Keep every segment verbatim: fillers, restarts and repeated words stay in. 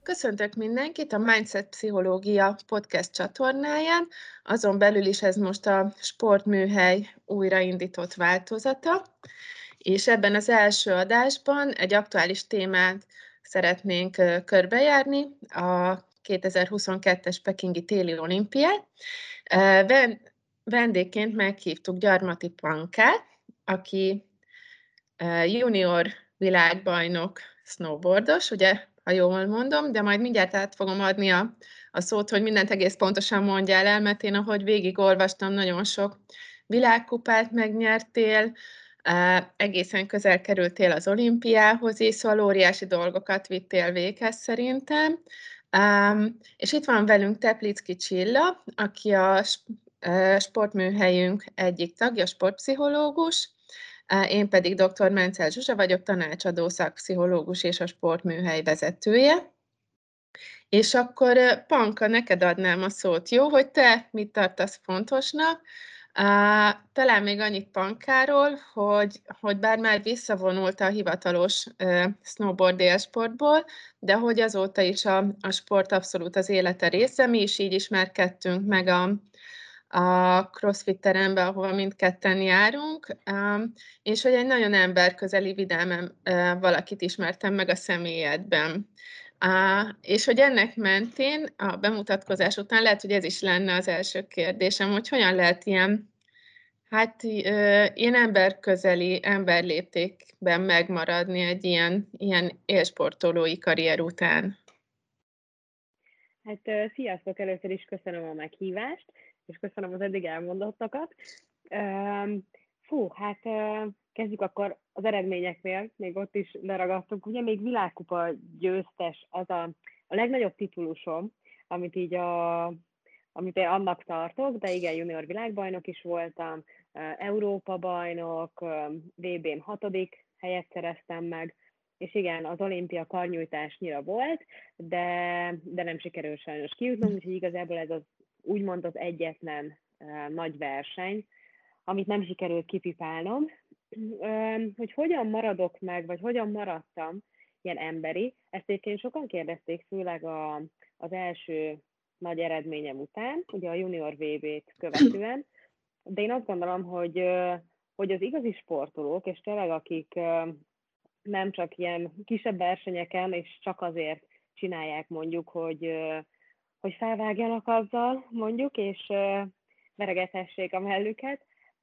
Köszöntök mindenkit a Mindset Pszichológia podcast csatornáján, azon belül is ez most a sportműhely újraindított változata, és ebben az első adásban egy aktuális témát szeretnénk ö, körbejárni, a kétezer-huszonkettes pekingi téli olimpiát. Ö, ven- Vendégként meghívtuk Gyarmati Pankát, aki ö, junior világbajnok snowboardos, ugye, ha jól mondom, de majd mindjárt át fogom adni a, a szót, hogy mindent egész pontosan mondjál el, mert én, ahogy végigolvastam, nagyon sok világkupát megnyertél, uh, egészen közel kerültél az olimpiához is, szóval óriási dolgokat vittél véghez szerintem. Um, és itt van velünk Teplicki Csilla, aki a sp- uh, sportműhelyünk egyik tagja, sportpszichológus, én pedig dr. Mencel Zsuzsa vagyok, tanácsadó szakpszichológus és a sportműhely vezetője. És akkor ö, Panka, neked adnám a szót, jó, hogy te mit tartasz fontosnak? Uh, talán még annyit Pankáról, hogy, hogy bár már visszavonult a hivatalos uh, snowboard élsportból, de hogy azóta is a, a sport abszolút az élete része, mi is így ismerkedtünk meg a, a CrossFit terembe, ahova mindketten járunk, um, és hogy egy nagyon emberközeli, vidámen uh, valakit ismertem meg a személyedben. Uh, és hogy ennek mentén a bemutatkozás után lehet, hogy ez is lenne az első kérdésem, hogy hogyan lehet ilyen, hát ö, ilyen emberközeli, emberléptékben megmaradni egy ilyen, ilyen élsportolói karrier után. Hát ö, sziasztok! Először is köszönöm a meghívást, és köszönöm az eddig elmondottakat. Üm, Fú, hát ö, kezdjük akkor az eredményeknél, még ott is leragadtunk. Ugye még világkupa győztes az a, a legnagyobb titulusom, amit így a, amit én annak tartok, de igen, junior világbajnok is voltam, Európa bajnok, vé bén hatodik helyet szereztem meg, és igen, az olimpia karnyújtásnyira volt, de, de nem sikerült sajnos kijutnom, úgyhogy igazából ez az úgymond az egyetlen uh, nagy verseny, amit nem sikerült kipipálnom. Uh, hogy hogyan maradok meg, vagy hogyan maradtam ilyen emberi, ezt egyébként sokan kérdezték, főleg a, az első nagy eredményem után, ugye a junior vé bét követően, de én azt gondolom, hogy, hogy az igazi sportolók, és tényleg akik nem csak ilyen kisebb versenyeken, és csak azért csinálják mondjuk, hogy, hogy felvágjanak azzal mondjuk, és veregethessék a mellüket,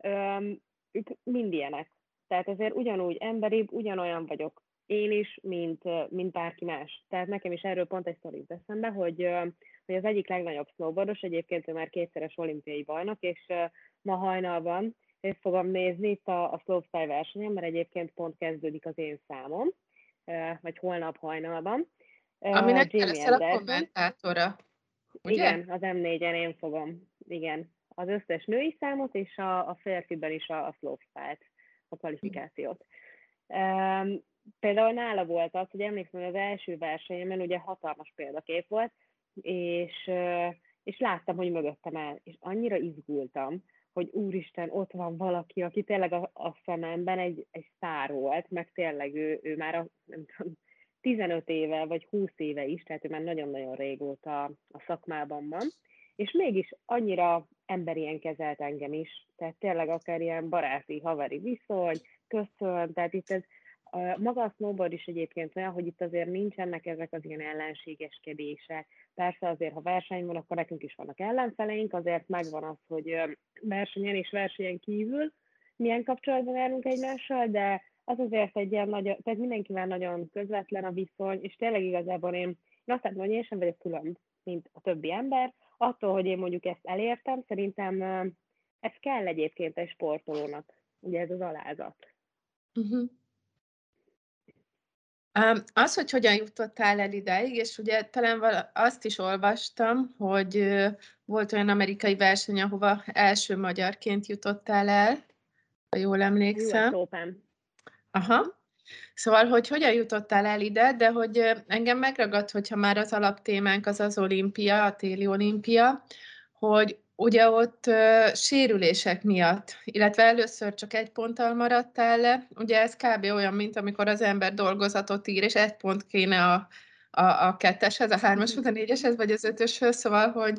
ők mind ilyenek. Tehát azért ugyanúgy emberibb, ugyanolyan vagyok én is, mint, mint bárki más. Tehát nekem is erről pont egy sztori jut eszembe, hogy, hogy az egyik legnagyobb snowboardos, egyébként ő már kétszeres olimpiai bajnok, és ma hajnalban részt fogom nézni itt a, a slopestyle versenyen, mert egyébként pont kezdődik az én számom, vagy holnap hajnalban. Aminek te Jamie leszel a Anderson. kommentátora, ugye? Igen, az em négyen én fogom, igen, az összes női számot, és a, a férfiben is a, a slopestyle-t, a kvalifikációt. Um, például nála volt az, hogy emlékszem, hogy az első versenyemen ugye hatalmas példakép volt, és, és láttam, hogy mögöttem el, és annyira izgultam, hogy úristen, ott van valaki, aki tényleg a, a szememben egy, egy sztár volt, meg tényleg ő, ő már a, nem tudom, tizenöt éve, vagy húsz éve is, tehát ő már nagyon-nagyon régóta a szakmában van, és mégis annyira emberien kezelt engem is, tehát tényleg akár ilyen baráti, haveri viszony, köszön, tehát itt ez, a, maga a snowboard is egyébként olyan, hogy itt azért nincsenek ezek az ilyen ellenségeskedések. Persze azért, ha verseny van, akkor nekünk is vannak ellenfeleink, azért megvan az, hogy versenyen és versenyen kívül milyen kapcsolatban állunk egymással, de az azért egy ilyen nagyon, tehát mindenkivel nagyon közvetlen a viszony, és tényleg igazából én, én azt látom, hogy én sem vagyok külön, mint a többi ember. Attól, hogy én mondjuk ezt elértem, szerintem ez kell egyébként egy sportolónak, ugye ez az alázat. Uh-huh. Um, az, hogy hogyan jutottál el idáig, és ugye talán vala, azt is olvastam, hogy uh, volt olyan amerikai verseny, ahova első magyarként jutottál el, ha jól A u es emlékszem. Open. Aha. Szóval, hogy hogyan jutottál el ide, de hogy uh, engem megragad, hogyha már az alaptémánk az az olimpia, a téli olimpia, hogy ugye ott uh, sérülések miatt, illetve először csak egy ponttal maradtál le, ugye ez kb. Olyan, mint amikor az ember dolgozatot ír, és egy pont kéne a, a, a ketteshez, a hármashoz, a négyeshez, vagy az ötöshöz, szóval, hogy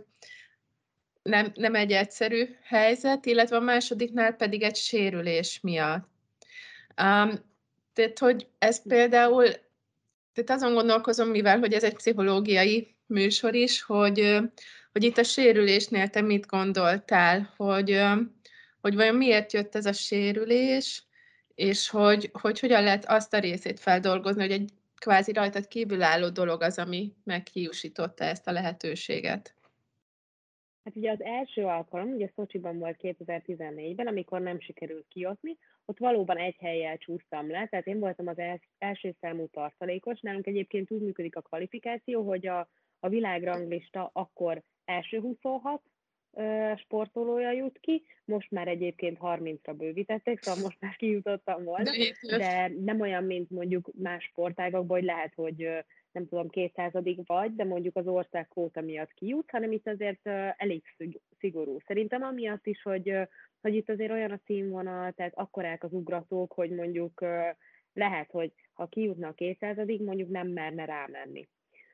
nem, nem egy egyszerű helyzet, illetve a másodiknál pedig egy sérülés miatt. Um, tehát, hogy ez például, tehát azon gondolkozom, mivel, hogy ez egy pszichológiai műsor is, hogy, ö, hogy itt a sérülésnél te mit gondoltál, hogy, ö, hogy vajon miért jött ez a sérülés, és hogy, hogy hogyan lehet azt a részét feldolgozni, hogy egy kvázi rajtad kívülálló dolog az, ami meghiúsította ezt a lehetőséget. Hát ugye az első alkalom, ugye Szocsiban volt kétezer-tizennégyben, amikor nem sikerült kijutni, ott valóban egy hellyel csúsztam le, tehát én voltam az els- első számú tartalékos. Nálunk egyébként úgy működik a kvalifikáció, hogy a, a világranglista akkor első huszonhat ö, sportolója jut ki, most már egyébként harmincra bővítették, szóval most már kijutottam volna, Bőítős. de nem olyan, mint mondjuk más sportágakban, hogy lehet, hogy ö, nem tudom, kétszázadik vagy, de mondjuk az ország kvóta miatt kijut, hanem itt azért ö, elég szig- szigorú. Szerintem amiatt is, hogy, ö, hogy itt azért olyan a színvonal, tehát akkorák az ugratók, hogy mondjuk ö, lehet, hogy ha kijutna a kétszázadig, mondjuk nem merne rámenni.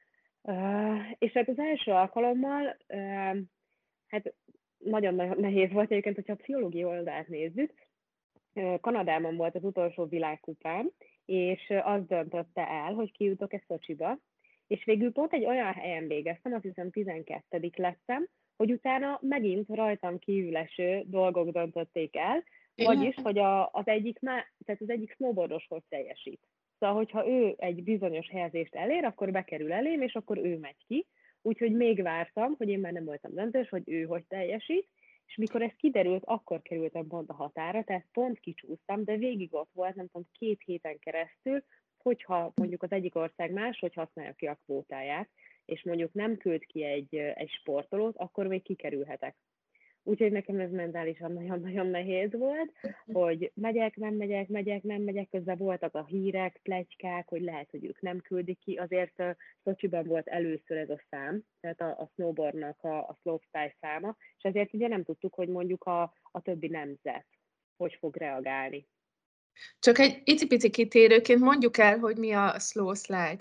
Uh, és hát az első alkalommal, uh, hát nagyon-nagyon nehéz volt egyébként, hogyha a pszichológiai oldalt nézzük. Uh, Kanadában volt az utolsó világkupám, és uh, az döntötte el, hogy kijutok-e Szocsiba, és végül pont egy olyan helyen végeztem, azt hiszem tizenkettedik lettem, hogy utána megint rajtam kívül eső dolgok döntötték el, vagyis, Tényleg? hogy a, az egyik má, tehát az egyik snowboardos hogy teljesít. Szóval, hogyha ő egy bizonyos helyezést elér, akkor bekerül elém, és akkor ő megy ki. Úgyhogy még vártam, hogy én már nem voltam döntős, hogy ő hogy teljesít, és mikor ez kiderült, akkor kerültem pont a határa, tehát pont kicsúsztam, de végig ott volt, nem tudom, két héten keresztül, hogyha mondjuk az egyik ország máshogy használja ki a kvótáját, és mondjuk nem küld ki egy, egy sportolót, akkor még kikerülhetek. Úgyhogy nekem ez mentálisan nagyon-nagyon nehéz volt, hogy megyek, nem megyek, megyek, nem megyek, közben voltak a hírek, pletykák, hogy lehet, hogy ők nem küldik ki, azért uh, Szocsiban volt először ez a szám, tehát a, a snowboardnak a, a slopestyle száma, és ezért ugye nem tudtuk, hogy mondjuk a, a többi nemzet hogy fog reagálni. Csak egy icipici kitérőként mondjuk el, hogy mi a slow slide.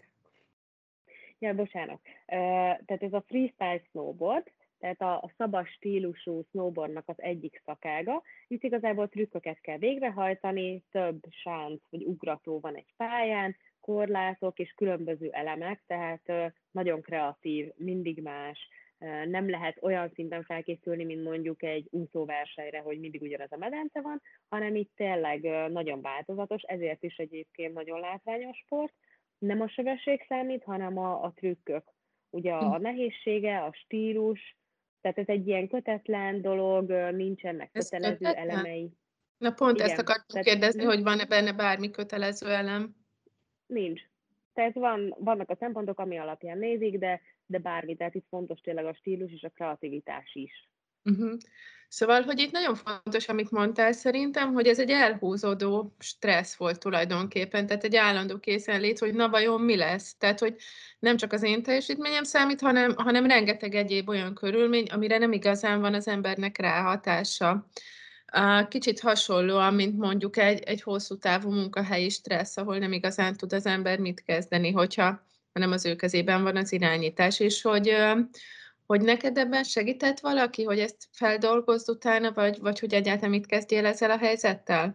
Ja, bocsánat. Uh, tehát ez a freestyle snowboard, tehát a, a szabad stílusú snowboardnak az egyik szakága. Itt igazából trükköket kell végrehajtani, több sánc vagy ugrató van egy pályán, korlátok és különböző elemek, tehát uh, nagyon kreatív, mindig más. Uh, nem lehet olyan szinten felkészülni, mint mondjuk egy úszóversenyre, hogy mindig ugyanaz a medence van, hanem itt tényleg uh, nagyon változatos, ezért is egyébként nagyon látványos sport. Nem a sebesség számít, hanem a, a trükkök. Ugye a, a nehézsége, a stílus, tehát ez egy ilyen kötetlen dolog, nincsenek Ez kötelező kötetlen? elemei. Na pont ezt Igen, akartam tehát kérdezni, hm, hogy van-e benne bármi kötelező elem? nincs. Tehát van, vannak a szempontok, ami alapján nézik, de, de bármi, tehát itt fontos tényleg a stílus és a kreativitás is. Uh-huh. Szóval, hogy itt nagyon fontos, amit mondtál szerintem, hogy ez egy elhúzódó stressz volt tulajdonképpen, tehát egy állandó készenlét, hogy na vajon mi lesz. Tehát, hogy nem csak az én teljesítményem számít, hanem, hanem rengeteg egyéb olyan körülmény, amire nem igazán van az embernek ráhatása. Uh, Kicsit hasonlóan, mint mondjuk egy, egy hosszú távú munkahelyi stressz, ahol nem igazán tud az ember mit kezdeni, hogyha hanem az ő kezében van az irányítás, és hogy uh, hogy neked ebben segített valaki, hogy ezt feldolgozd utána, vagy, vagy hogy egyáltalán mit kezdjél ezzel a helyzettel?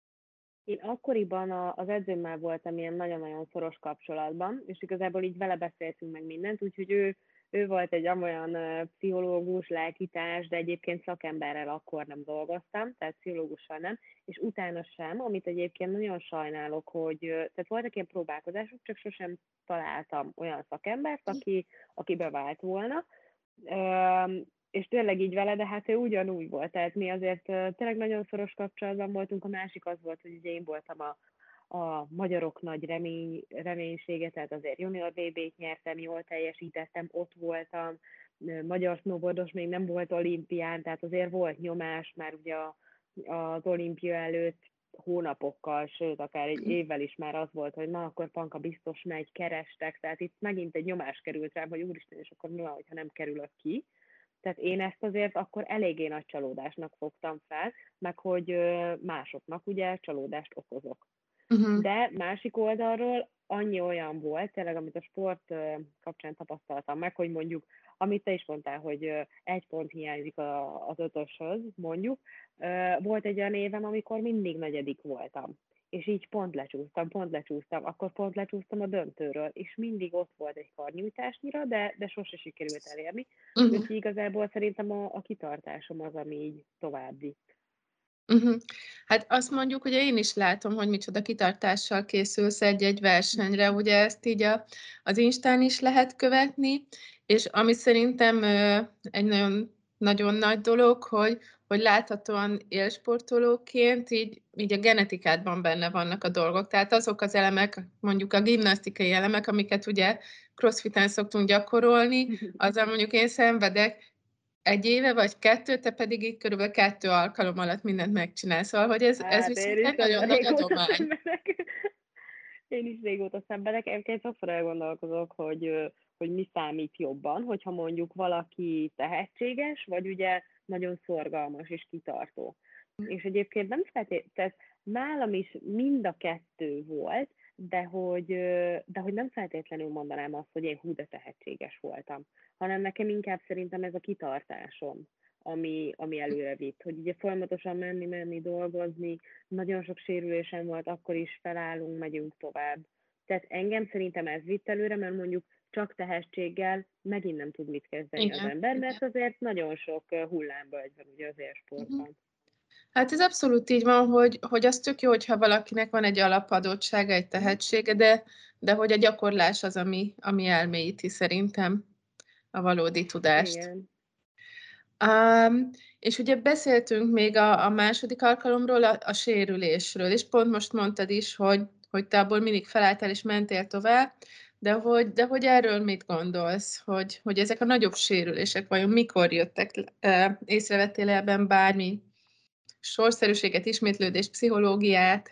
Én akkoriban a, az edzőmmel voltam ilyen nagyon-nagyon szoros kapcsolatban, és igazából így vele beszéltünk meg mindent, úgyhogy ő, ő volt egy olyan uh, pszichológus, lelkitárs, de egyébként szakemberrel akkor nem dolgoztam, tehát pszichológussal nem, és utána sem, amit egyébként nagyon sajnálok, hogy uh, tehát voltak ilyen próbálkozások, csak sosem találtam olyan szakembert, aki, aki bevált volna. Um, és tényleg így vele, de hát ő ugyanúgy volt, tehát mi azért uh, tényleg nagyon szoros kapcsolatban voltunk, a másik az volt, hogy ugye én voltam a, a magyarok nagy remény, reménysége, tehát azért junior vé bét nyertem, jól teljesítettem, ott voltam, magyar snowboardos még nem volt olimpián, tehát azért volt nyomás, már ugye a, az olimpia előtt hónapokkal, sőt, akár egy évvel is már az volt, hogy na, akkor Panka biztos megy, kerestek, tehát itt megint egy nyomás került rám, hogy úristen, és akkor mi van, hogyha nem kerülök ki. Tehát én ezt azért akkor eléggé nagy csalódásnak fogtam fel, meg hogy másoknak ugye csalódást okozok. Uh-huh. De másik oldalról annyi olyan volt, tényleg, amit a sport ö, kapcsán tapasztaltam meg, hogy mondjuk, amit te is mondtál, hogy ö, egy pont hiányzik a, az ötöshöz, mondjuk, ö, volt egy olyan évem, amikor mindig negyedik voltam. És így pont lecsúsztam, pont lecsúsztam, akkor pont lecsúsztam a döntőről, és mindig ott volt egy karnyújtásnyira, de, de sose sikerült elérni. Uh-huh. Úgyhogy igazából szerintem a, a kitartásom az, ami így tovább vitt. Uh-huh. Hát azt mondjuk, ugye én is látom, hogy micsoda kitartással készülsz egy-egy versenyre, ugye ezt így a, az Instán is lehet követni, és ami szerintem ö, egy nagyon, nagyon nagy dolog, hogy, hogy láthatóan élsportolóként így, így a genetikádban benne vannak a dolgok. Tehát azok az elemek, mondjuk a gimnasztikai elemek, amiket ugye crossfiten szoktunk gyakorolni, azzal mondjuk én szenvedek, egy éve vagy kettő, te pedig így körülbelül kettő alkalom alatt mindent megcsinálsz. Szóval, hogy ez, ez Hát én viszont is egy nagyon nagy régóta adomány. szenvedek. Én is régóta szenvedek. Egyébként sokszor elgondolkozok, hogy, ö, hogy mi számít jobban, hogyha mondjuk valaki tehetséges, vagy ugye nagyon szorgalmas és kitartó. És egyébként nem feltétlenül, tehát nálam is mind a kettő volt, de hogy, ö, de hogy nem feltétlenül mondanám azt, hogy én hú de tehetséges voltam, hanem nekem inkább szerintem ez a kitartásom, ami, ami előre vitt, hogy ugye folyamatosan menni, menni, dolgozni, nagyon sok sérülésem volt, akkor is felállunk, megyünk tovább. Tehát engem szerintem ez vitt előre, mert mondjuk csak tehetséggel megint nem tud mit kezdeni az Igen, ember, igen. mert azért nagyon sok ö, hullámvölgy van ugye az Mhm. élsportban. Hát ez abszolút így van, hogy, hogy az tök jó, hogyha valakinek van egy alapadottsága, egy Mhm. tehetsége, de, de hogy a gyakorlás az, ami, ami elmélyíti szerintem a valódi tudást. Igen. Um, és ugye beszéltünk még a, a második alkalomról, a, a sérülésről, és pont most mondtad is, hogy, hogy te abból mindig felálltál és mentél tovább, de hogy, de hogy erről mit gondolsz, hogy, hogy ezek a nagyobb sérülések vajon mikor jöttek, uh, észrevettél ebben bármi sorszerűséget, ismétlődést, pszichológiát?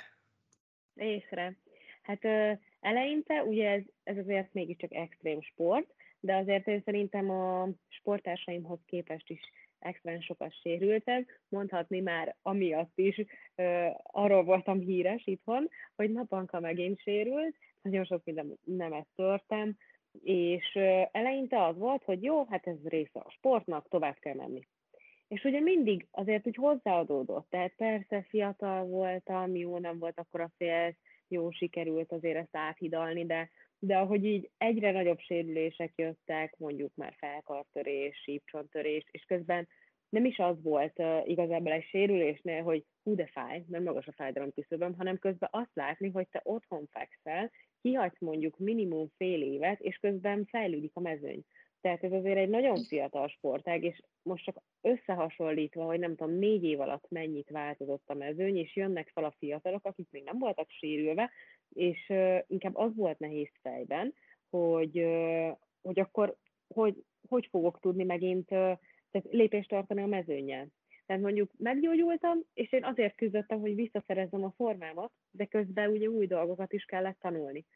Észre. Hát ö, eleinte ugye ez, ez azért mégiscsak extrém sport, de azért én szerintem a sporttársaimhoz képest is extrém sokat sérültem. Mondhatni már amiatt is, ö, arról voltam híres itthon, hogy naponta megint sérült, nagyon sok minden nemet törtem, és ö, eleinte az volt, hogy jó, hát ez része a sportnak, tovább kell menni. És ugye mindig azért úgy hozzáadódott, tehát persze fiatal voltam, jó, nem volt akkor a félsz, jó sikerült azért ezt áthidalni, de, de ahogy így egyre nagyobb sérülések jöttek, mondjuk már felkartörés, sípcsontörés, és közben nem is az volt uh, igazából egy sérülésnél, hogy hú de fáj, mert magas a fájdalom küszöböm, hanem közben azt látni, hogy te otthon fekszel, kihagysz mondjuk minimum fél évet, és közben fejlődik a mezőny. Tehát ez azért egy nagyon fiatal sportág, és most csak összehasonlítva, hogy nem tudom, négy év alatt mennyit változott a mezőny, és jönnek fel a fiatalok, akik még nem voltak sérülve, és uh, inkább az volt nehéz fejben, hogy, uh, hogy akkor hogy, hogy fogok tudni megint uh, tehát lépést tartani a mezőnnyel. Tehát mondjuk meggyógyultam, és én azért küzdöttem, hogy visszaszerezzem a formámat, de közben ugye új dolgokat is kellett tanulni.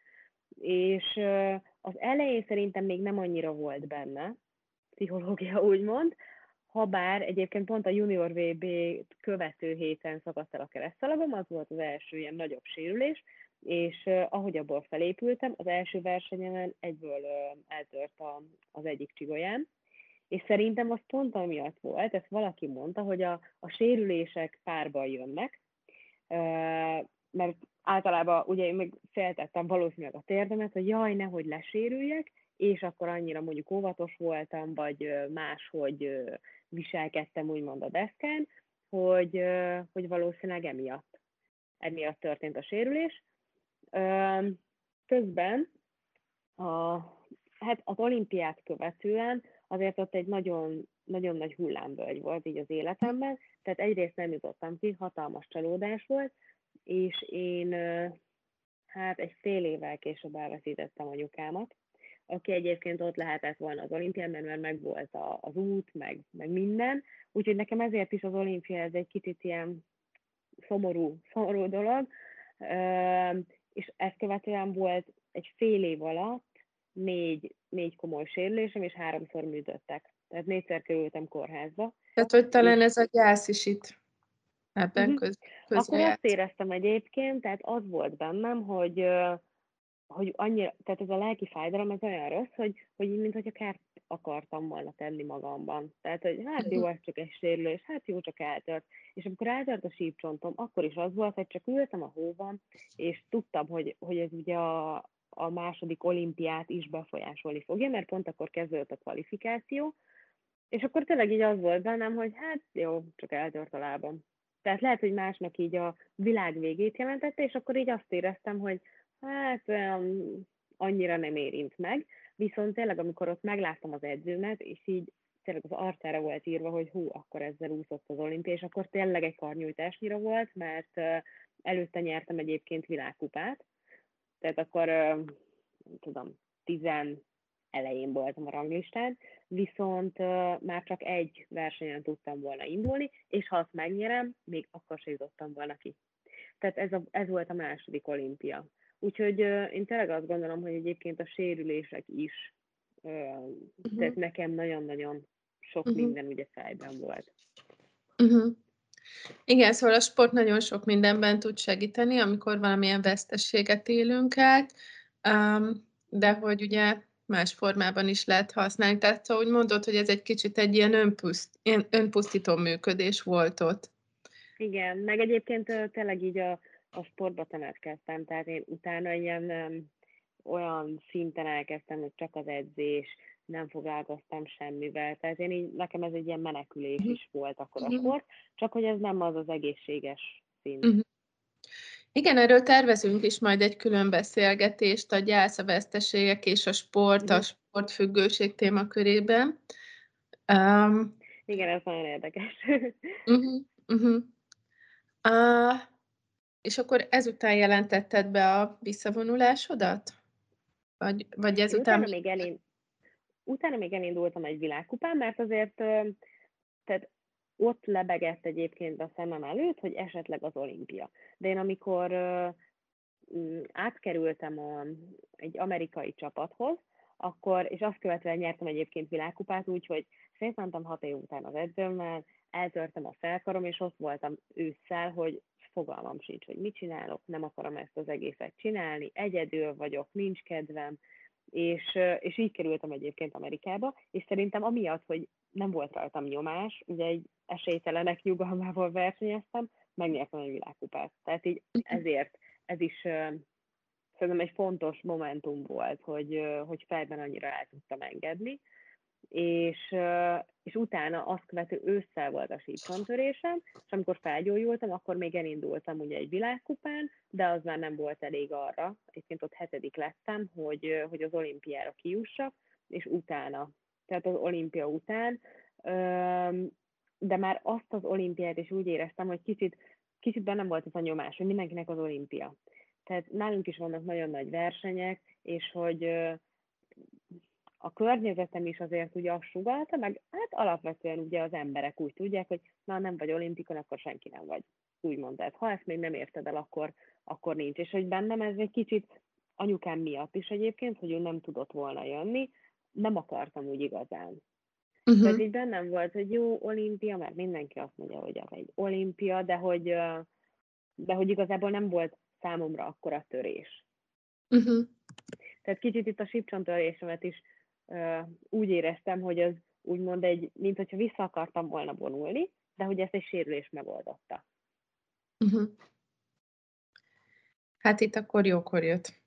És uh, az elején szerintem még nem annyira volt benne, pszichológia úgymond, habár egyébként pont a junior vé bé követő héten szakadt el a keresztszalagom, az volt az első ilyen nagyobb sérülés, és uh, ahogy abból felépültem, az első versenyemen egyből uh, eltört a, az egyik csigolyám, és szerintem az pont amiatt volt, ezt valaki mondta, hogy a, a sérülések párban jönnek, uh, mert általában ugye én még féltettem valószínűleg a térdemet, hogy jaj, nehogy lesérüljek, és akkor annyira mondjuk óvatos voltam, vagy máshogy viselkedtem úgymond a deszkán, hogy, hogy valószínűleg emiatt, emiatt történt a sérülés. Közben a, hát az olimpiát követően azért ott egy nagyon, nagyon nagy hullámvölgy volt így az életemben, tehát egyrészt nem jutottam ki, hatalmas csalódás volt, és én hát egy fél évvel később elveszítettem anyukámat, aki egyébként ott lehetett volna az olimpián, mert már megvolt a, az út, meg, meg minden. Úgyhogy nekem ezért is az olimpia ez egy kicsit ilyen szomorú, szomorú dolog. Üm, és ezt követően volt egy fél év alatt négy, négy komoly sérülésem, és háromszor műtöttek. Tehát négyszer kerültem kórházba. Tehát, hogy talán És ez a gyász is itt ebben uh-huh. köz, Akkor azt közrejátszik. éreztem egyébként, tehát az volt bennem, hogy hogy annyira, tehát ez a lelki fájdalom, ez olyan rossz, hogy, hogy így, mint hogyha kárt akartam volna tenni magamban. Tehát, hogy hát jó, Uh-huh. ez csak egy sérülés, hát jó, csak eltört. És amikor eltört a sípcsontom, akkor is az volt, hogy csak ültem a hóban, és tudtam, hogy, hogy ez ugye a, a második olimpiát is befolyásolni fogja, mert pont akkor kezdődött a kvalifikáció, és akkor tényleg így az volt bennem, hogy hát jó, csak eltört a lábam. Tehát lehet, hogy másnak így a világ végét jelentette, és akkor így azt éreztem, hogy hát olyan annyira nem érint meg. Viszont tényleg, amikor ott megláttam az edzőmet, és így tényleg az arcára volt írva, hogy hú, akkor ezzel úszott az olimpia, és akkor tényleg egy karnyújtásnyira volt, mert uh, előtte nyertem egyébként világkupát, tehát akkor, uh, nem tudom, tizen elején voltam a ranglistán, viszont uh, már csak egy versenyen tudtam volna indulni, és ha azt megnyerem, még akkor se jutottam volna ki. Tehát ez, a, ez volt a második olimpia. Úgyhogy uh, én tényleg azt gondolom, hogy egyébként a sérülések is, uh, Uh-huh. tehát nekem nagyon-nagyon sok Uh-huh. minden ugye fejben volt. Uh-huh. Igen, szóval a sport nagyon sok mindenben tud segíteni, amikor valamilyen veszteséget élünk át, um, de hogy ugye más formában is lehet használni. Tehát szóval úgy mondod, hogy ez egy kicsit egy ilyen, önpuszt, ilyen önpusztító működés volt ott. Igen, meg egyébként uh, tényleg így a, a sportba temetkeztem, tehát én utána ilyen um, olyan szinten elkezdtem, hogy csak az edzés, nem foglalkoztam semmivel. Tehát én így, nekem ez egy ilyen menekülés Uh-huh. is volt akkor a Uh-huh. sport, csak hogy ez nem az az egészséges szint. Uh-huh. Igen, erről tervezünk is majd egy külön beszélgetést, a gyász, a veszteségek és a sport, uh-huh. a sportfüggőség témakörében. Um, Igen, ez nagyon érdekes. uh-huh. Uh-huh. Uh, és akkor ezután jelentetted be a visszavonulásodat? Vagy, vagy Én ezután... utána még, elind... utána még elindultam egy világkupán, mert azért tehát ott lebegett egyébként a szemem előtt, hogy esetleg az olimpia. De én amikor uh, átkerültem a, egy amerikai csapathoz, akkor, és azt követően nyertem egyébként világkupát, úgyhogy szétmentem hat év után az edzőmmel, eltörtem a felkarom, és ott voltam ősszel, hogy fogalmam sincs, hogy mit csinálok, nem akarom ezt az egészet csinálni, egyedül vagyok, nincs kedvem, és, és így kerültem egyébként Amerikába, és szerintem amiatt, hogy nem volt rajtam nyomás, ugye egy esélytelenek nyugalmával versenyeztem, megnyertem egy világkupát. Tehát így ezért ez is uh, szerintem egy fontos momentum volt, hogy, uh, hogy fejben annyira el tudtam engedni, és, uh, és utána azt követő ősszel volt a sípcsontörésem, és amikor felgyógyultam, akkor még elindultam ugye egy világkupán, de az már nem volt elég arra, egyébként ott hetedik lettem, hogy, uh, hogy az olimpiára kijussak, és utána, tehát az olimpia után, um, de már azt az olimpiát is úgy éreztem, hogy kicsit, kicsit bennem volt ez a nyomás, hogy mindenkinek az olimpia. Tehát nálunk is vannak nagyon nagy versenyek, és hogy uh, a környezetem is azért ugye azt sugallta, meg hát alapvetően ugye az emberek úgy tudják, hogy na nem vagy olimpikon, akkor senki nem vagy. Úgy mondták, ha ezt még nem érted el, akkor, akkor nincs. És hogy bennem ez egy kicsit anyukám miatt is egyébként, hogy ő nem tudott volna jönni, nem akartam úgy igazán. Uh-huh. Tehát így bennem volt, hogy jó, olimpia, mert mindenki azt mondja, hogy az egy olimpia, de hogy, de hogy igazából nem volt számomra akkora törés. Uh-huh. Tehát kicsit itt a sípcsontörésemet is uh, úgy éreztem, hogy az úgymond egy, mint hogyha vissza akartam volna vonulni, de hogy ezt egy sérülés megoldotta. Uh-huh. Hát itt akkor jókor jött.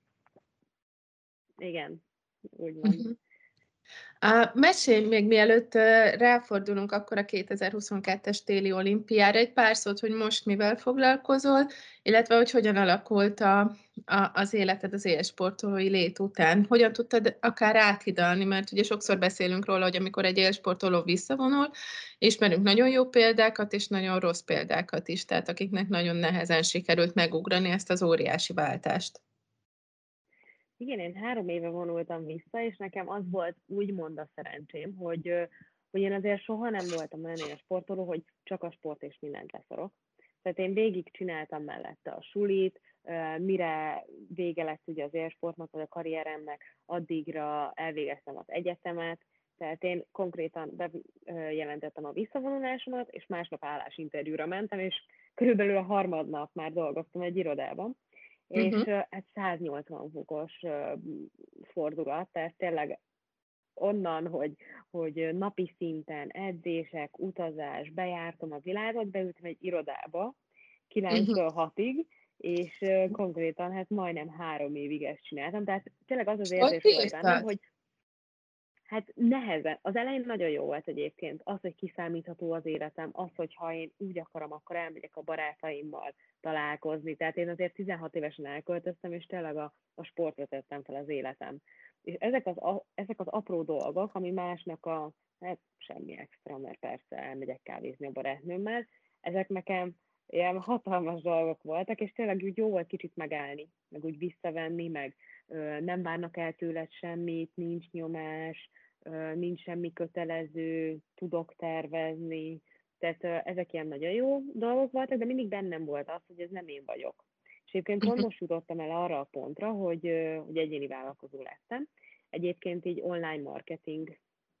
Igen, úgymond. Uh-huh. Uh, mesélj még mielőtt uh, ráfordulunk akkor a kétezer-huszonkettes téli olimpiára egy pár szót, hogy most mivel foglalkozol, illetve hogy hogyan alakult a, a, az életed az élsportolói lét után. Hogyan tudtad akár áthidalni, mert ugye sokszor beszélünk róla, hogy amikor egy élsportoló visszavonul, ismerünk nagyon jó példákat és nagyon rossz példákat is, tehát akiknek nagyon nehezen sikerült megugrani ezt az óriási váltást. Igen, én három éve vonultam vissza, és nekem az volt úgymond a szerencsém, hogy, hogy én azért soha nem voltam olyan ilyen sportoló, hogy csak a sport és mindent leszorok. Tehát én végig csináltam mellette a sulit, mire vége lett ugye az élsportnak, vagy a karrieremnek, addigra elvégeztem az egyetemet, tehát én konkrétan bejelentettem a visszavonulásomat, és másnap állásinterjúra mentem, és körülbelül a harmadnap már dolgoztam egy irodában. és Uh-huh. ö, hát száznyolcvan fokos ö, fordulat, tehát tényleg onnan, hogy, hogy napi szinten edzések, utazás, bejártam a világot, beültem egy irodába Uh-huh. kilenctől hatig, és ö, konkrétan hát majdnem három évig ezt csináltam, tehát tényleg az az Hogy érzés volt bennem, bírtad? hogy hát nehezen. Az elején nagyon jó volt egyébként. Az, hogy kiszámítható az életem, az, hogy ha én úgy akarom, akkor elmegyek a barátaimmal találkozni. Tehát én azért tizenhat évesen elköltöztem, és tényleg a, a sportra tettem fel az életem. És ezek az, a, ezek az apró dolgok, ami másnak a, hát semmi extra, mert persze elmegyek kávézni a barátnőmmel, ezek nekem ilyen hatalmas dolgok voltak, és tényleg úgy jó volt kicsit megállni, meg úgy visszavenni, meg ö, nem várnak el tőled semmit, nincs nyomás, nincs semmi kötelező, tudok tervezni, tehát ezek ilyen nagyon jó dolgok voltak, de mindig bennem volt az, hogy ez nem én vagyok. És egyébként pont Uh-huh. most jutottam el arra a pontra, hogy, hogy egyéni vállalkozó lettem. Egyébként így online marketing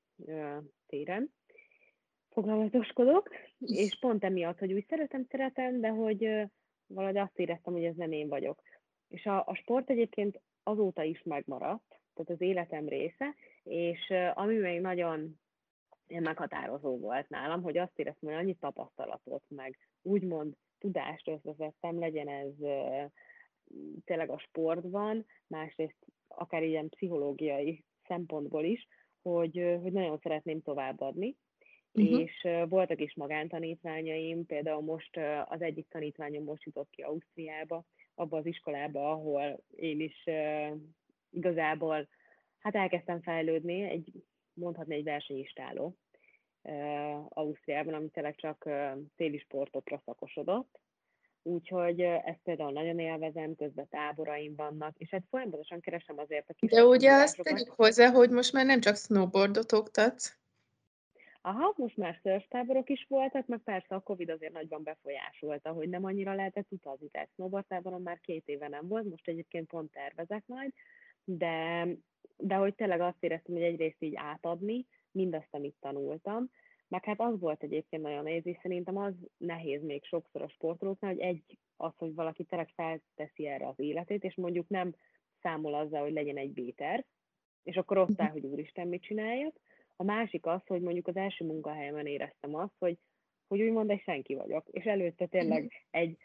téren foglalatoskodok, és pont emiatt, hogy úgy szeretem, szeretem, de hogy valahogy azt éreztem, hogy ez nem én vagyok. És a, a sport egyébként azóta is megmaradt, tehát az életem része, és ami még nagyon meghatározó volt nálam, hogy azt éreztem, hogy annyi tapasztalatot, meg úgymond tudást összevettem, legyen ez tényleg a sportban, másrészt akár ilyen pszichológiai szempontból is, hogy, hogy nagyon szeretném továbbadni, Uh-huh. és voltak is magántanítványaim, például most az egyik tanítványom most jutott ki Ausztriába, abba az iskolába, ahol én is igazából hát elkezdtem fejlődni, egy, mondhatni egy versenyistáló Ausztriában, ami tényleg csak téli sportokra szakosodott. Úgyhogy ezt például nagyon élvezem, közben táboraim vannak, és hát folyamatosan keresem azért a De kisebb ugye azt kihívásokat. tegyük hozzá, hogy most már nem csak snowboardot oktatsz. Aha, most már szörftáborok is voltak, meg persze a Covid azért nagyban befolyásolta, hogy nem annyira lehetett utazni, tehát snowboardtáboron már két éve nem volt, most egyébként pont tervezek majd, de, de hogy tényleg azt éreztem, hogy egyrészt így átadni mindazt, amit tanultam, meg hát az volt egyébként nagyon nehéz, és szerintem az nehéz még sokszor a sportolóknál, hogy egy az, hogy valaki tényleg felteszi erre az életét, és mondjuk nem számol azzal, hogy legyen egy B-terv, és akkor ott áll, hogy úristen, mit csináljak. A másik az, hogy mondjuk az első munkahelyemen éreztem azt, hogy, hogy úgymond egy senki vagyok, és előtte tényleg egy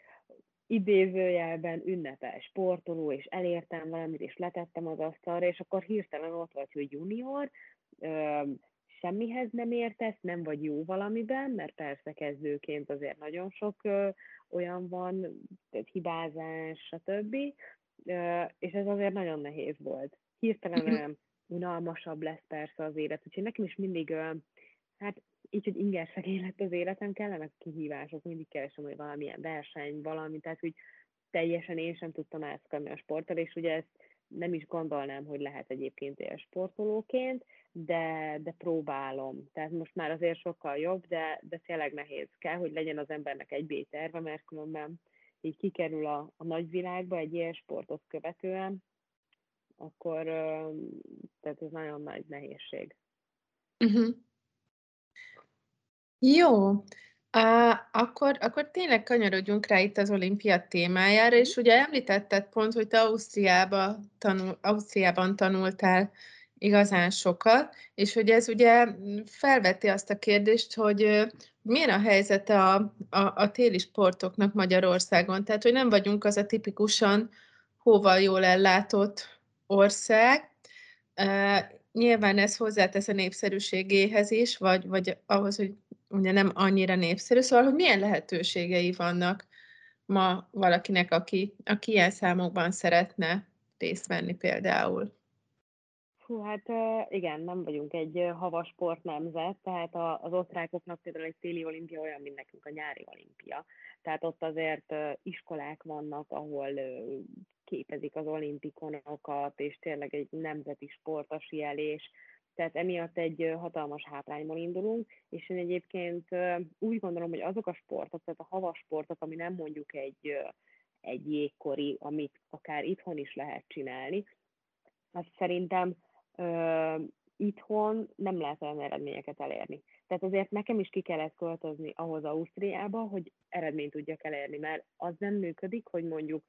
idézőjelben ünnepel sportoló, és elértem valamit, és letettem az asztalra, és akkor hirtelen ott vagy, hogy junior, ö, semmihez nem értesz, nem vagy jó valamiben, mert persze kezdőként azért nagyon sok ö, olyan van, tehát hibázás, stb. Ö, és ez azért nagyon nehéz volt. Hirtelen Uh-huh. olyan unalmasabb lesz persze az élet, úgyhogy nekem is mindig, ö, hát így, hogy ingerszegény lett az életem, kellenek kihívások, mindig keresem, hogy valamilyen verseny, valami, tehát úgy teljesen én sem tudtam elszakadni a sporttal, és ugye ezt nem is gondolnám, hogy lehet egyébként ilyen sportolóként, de, de próbálom. Tehát most már azért sokkal jobb, de, de tényleg nehéz. Kell, hogy legyen az embernek egy B-terve, mert különben így kikerül a, a nagyvilágba egy ilyen sportot követően, akkor tehát ez nagyon nagy nehézség. Uh-huh. Jó, Á, akkor, akkor tényleg kanyarodjunk rá itt az olimpia témájára, Uh-huh. és ugye említetted pont, hogy te Ausztriába tanul, Ausztriában tanultál igazán sokat, és hogy ez ugye felveti azt a kérdést, hogy ö, milyen a helyzete a, a, a téli sportoknak Magyarországon. Tehát, hogy nem vagyunk az a tipikusan hóval jól ellátott ország. Uh, nyilván ez hozzátesz a népszerűségéhez is, vagy, vagy ahhoz, hogy ugye nem annyira népszerű, szóval, hogy milyen lehetőségei vannak ma valakinek, aki, aki ilyen számokban szeretne részt venni például. Hú, hát igen, nem vagyunk egy havas sportnemzet, tehát az osztrákoknak például egy téli olimpia olyan, mint nekünk a nyári olimpia. Tehát ott azért iskolák vannak, ahol képezik az olimpikonokat, és tényleg egy nemzeti sport a síelés. Tehát emiatt egy hatalmas hátrányból indulunk, és én egyébként úgy gondolom, hogy azok a sportok, tehát a havas sportok, ami nem mondjuk egy, egy jégkori, amit akár itthon is lehet csinálni, azt szerintem uh, itthon nem lehet olyan eredményeket elérni. Tehát azért nekem is ki kellett költözni ahhoz Ausztriába, hogy eredményt tudjak elérni, mert az nem működik, hogy mondjuk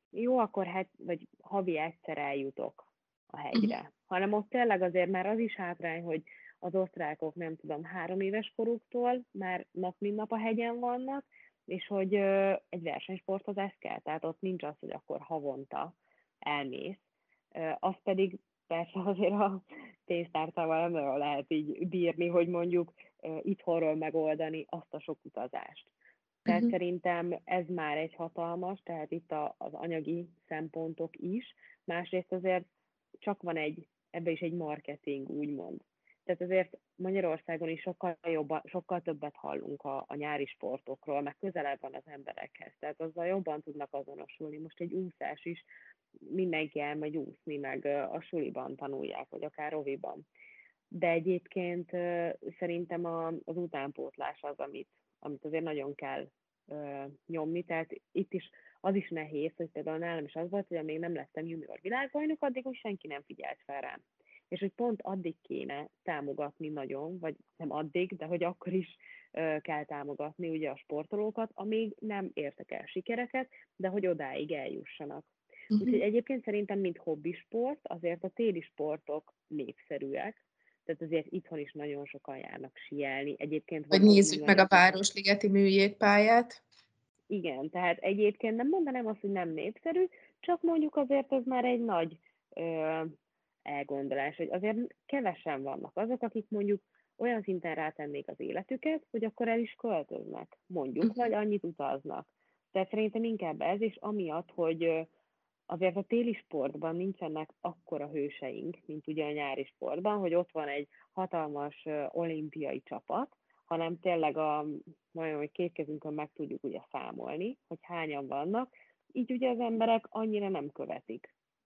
jó, akkor hát, vagy havi egyszer eljutok a Uh-huh. hegyre. Hanem ott tényleg azért már az is hátrány, hogy az osztrákok, nem tudom, három éves koruktól már nap mint nap a hegyen vannak, és hogy ö, egy versenysportozás kell, tehát ott nincs az, hogy akkor havonta elmész. Ö, az pedig persze azért a pénztárcával nem nagyon lehet így bírni, hogy mondjuk ö, itthonról megoldani azt a sok utazást. Tehát Uh-huh. szerintem ez már egy hatalmas, tehát itt a, az anyagi szempontok is. Másrészt azért csak van egy, ebbe is egy marketing, úgymond. Tehát azért Magyarországon is sokkal jobban, sokkal többet hallunk a, a nyári sportokról, meg közelebb van az emberekhez. Tehát azzal jobban tudnak azonosulni. Most egy úszás is, mindenki elmegy úszni, meg a suliban tanulják, vagy akár oviban. De egyébként szerintem a, az utánpótlás az, amit, amit azért nagyon kell ö, nyomni, tehát itt is az is nehéz, hogy például nálam is az volt, hogy amíg nem lettem junior világbajnok, addig úgy senki nem figyelt fel rám. És hogy pont addig kéne támogatni nagyon, vagy nem addig, de hogy akkor is ö, kell támogatni ugye a sportolókat, amíg nem értek el sikereket, de hogy odáig eljussanak. Uh-huh. Úgyhogy egyébként szerintem, mint hobbisport, azért a téli sportok népszerűek, tehát azért itthon is nagyon sokan járnak síelni. Egyébként Vagy van nézzük meg a nagyon... Városligeti műjégpályát. Igen, tehát egyébként nem mondanám azt, hogy nem népszerű, csak mondjuk azért ez már egy nagy ö, elgondolás, hogy azért kevesen vannak azok, akik mondjuk olyan szinten rátennék az életüket, hogy akkor el is költöznek, mondjuk, Uh-huh. vagy annyit utaznak. Tehát szerintem inkább ez is, amiatt, hogy ö, azért a téli sportban nincsenek akkora hőseink, mint ugye a nyári sportban, hogy ott van egy hatalmas ö, olimpiai csapat, hanem tényleg a, majd, hogy két kezünkön meg tudjuk ugye számolni, hogy hányan vannak, így ugye az emberek annyira nem követik.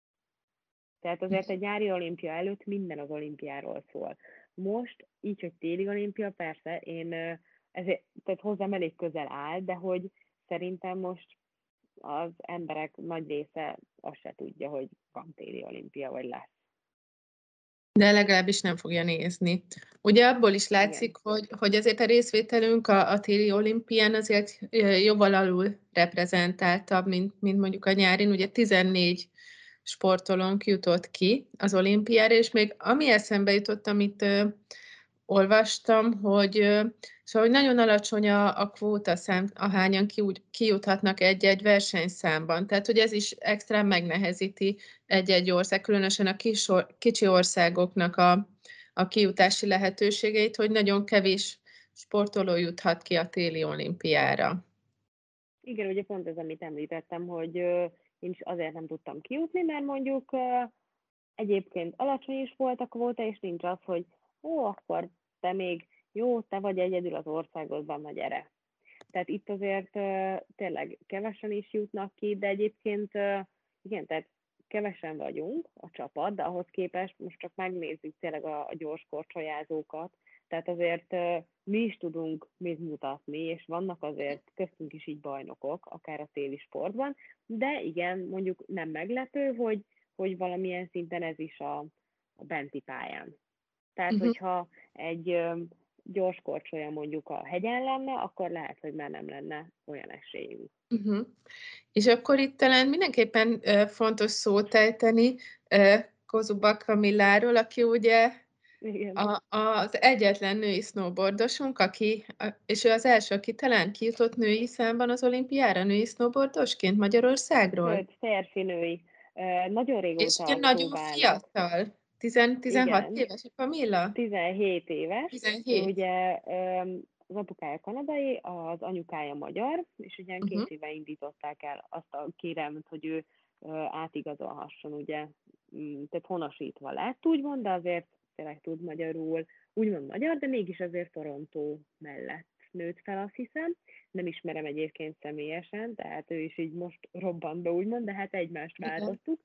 Tehát azért egy nyári olimpia előtt minden az olimpiáról szól. Most, így, hogy téli olimpia, persze, én ezért, tehát hozzám elég közel áll, de hogy szerintem most az emberek nagy része azt se tudja, hogy van téli olimpia, vagy lesz. De legalábbis nem fogja nézni. Ugye abból is Igen. látszik, hogy, hogy azért a részvételünk a, a téli olimpián azért jóval alul reprezentáltabb, mint, mint mondjuk a nyárin. Ugye tizennégy sportolónk jutott ki az olimpiára, és még ami eszembe jutott, amit ö, olvastam, hogy, ö, szóval, hogy nagyon alacsony a, a kvóta szám, ahányan ki, úgy, kijuthatnak egy-egy versenyszámban. Tehát, hogy ez is extrán megnehezíti egy-egy ország, különösen a kis, kicsi országoknak a, a kijutási lehetőségeit, hogy nagyon kevés sportoló juthat ki a téli olimpiára. Igen, ugye pont ez, amit említettem, hogy ö, én is azért nem tudtam kijutni, mert mondjuk ö, egyébként alacsony is volt a kvóta, és nincs az, hogy ó, akkor te még jó, te vagy egyedül az országodban, na gyere. Tehát itt azért ö, tényleg kevesen is jutnak ki, de egyébként ö, igen, tehát kevesen vagyunk a csapat, de ahhoz képest most csak megnézzük tényleg a, a gyors korcsolyázókat, tehát azért ö, mi is tudunk mit mutatni, és vannak azért köztünk is így bajnokok, akár a téli sportban, de igen, mondjuk nem meglepő, hogy, hogy valamilyen szinten ez is a, a benti pályán. Tehát, Uh-huh. hogyha egy ö, gyors korcsolya mondjuk a hegyen lenne, akkor lehet, hogy már nem lenne olyan esélyünk. Uh-huh. És akkor itt talán mindenképpen uh, fontos szót ejteni uh, Kozubak Kamilláról, aki ugye Igen. a, az egyetlen női snowboardosunk, aki, a, és ő az első, aki talán kijutott női számban az olimpiára, női snowboardosként Magyarországról. Sőt, férfinői. Nagyon És ugye régóta nagyon próbálnak. fiatal, tíz tizenhat Igen, éves a Kamilla? tizenhét éves. Ő tizenhét. ugye az apukája kanadai, az anyukája magyar, és ugye Uh-huh. két éve indították el azt a kérelmet, hogy ő átigazolhasson, ugye, mm, tehát honosítva lett, úgymond, de azért tényleg tud magyarul, úgymond magyar, de mégis azért Torontó mellett nőtt fel, azt hiszem. Nem ismerem egyébként személyesen, tehát ő is így most robbant be, úgymond, de hát egymást Igen. váltottuk.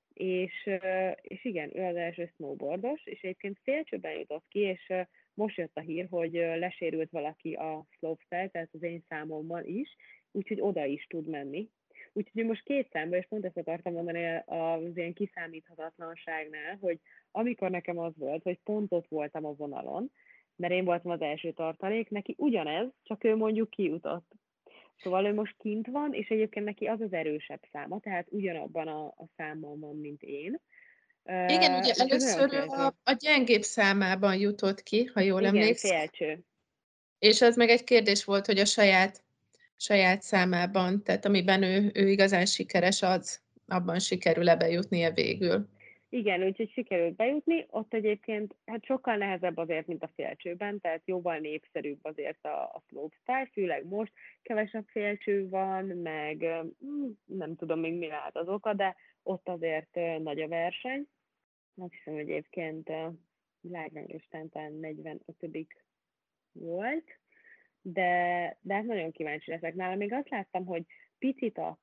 És, és igen, ő az első snowboardos, és egyébként félcsőben jutott ki, és most jött a hír, hogy lesérült valaki a slopestyle, tehát az én számomban is, úgyhogy oda is tud menni. Úgyhogy most két számba, és pont ezt akartam mondani az ilyen kiszámíthatatlanságnál, hogy amikor nekem az volt, hogy pont ott voltam a vonalon, mert én voltam az első tartalék, neki ugyanez, csak ő mondjuk kijutott. Szóval ő most kint van, és egyébként neki az az erősebb száma, tehát ugyanabban a, a számban van, mint én. Igen, ugye Uh, úgyhogy nagyon először ő kíváncsi a, vagyok. a gyengébb számában jutott ki, ha jól Igen, emlékszem, félcső. és az meg egy kérdés volt, hogy a saját, saját számában, tehát amiben ő, ő igazán sikeres, az abban sikerül-e bejutnia végül. Igen, úgyhogy sikerült bejutni. Ott egyébként hát sokkal nehezebb azért, mint a félcsőben, tehát jóval népszerűbb azért a, a slopestyle, főleg most kevesebb félcső van, meg mm, nem tudom még mi lehet az oka, de ott azért uh, nagy a verseny. Azt hiszem, hogy egyébként uh, világranglistán talán negyvenötödik volt, de, de hát nagyon kíváncsi leszek nála. Még azt láttam, hogy picit a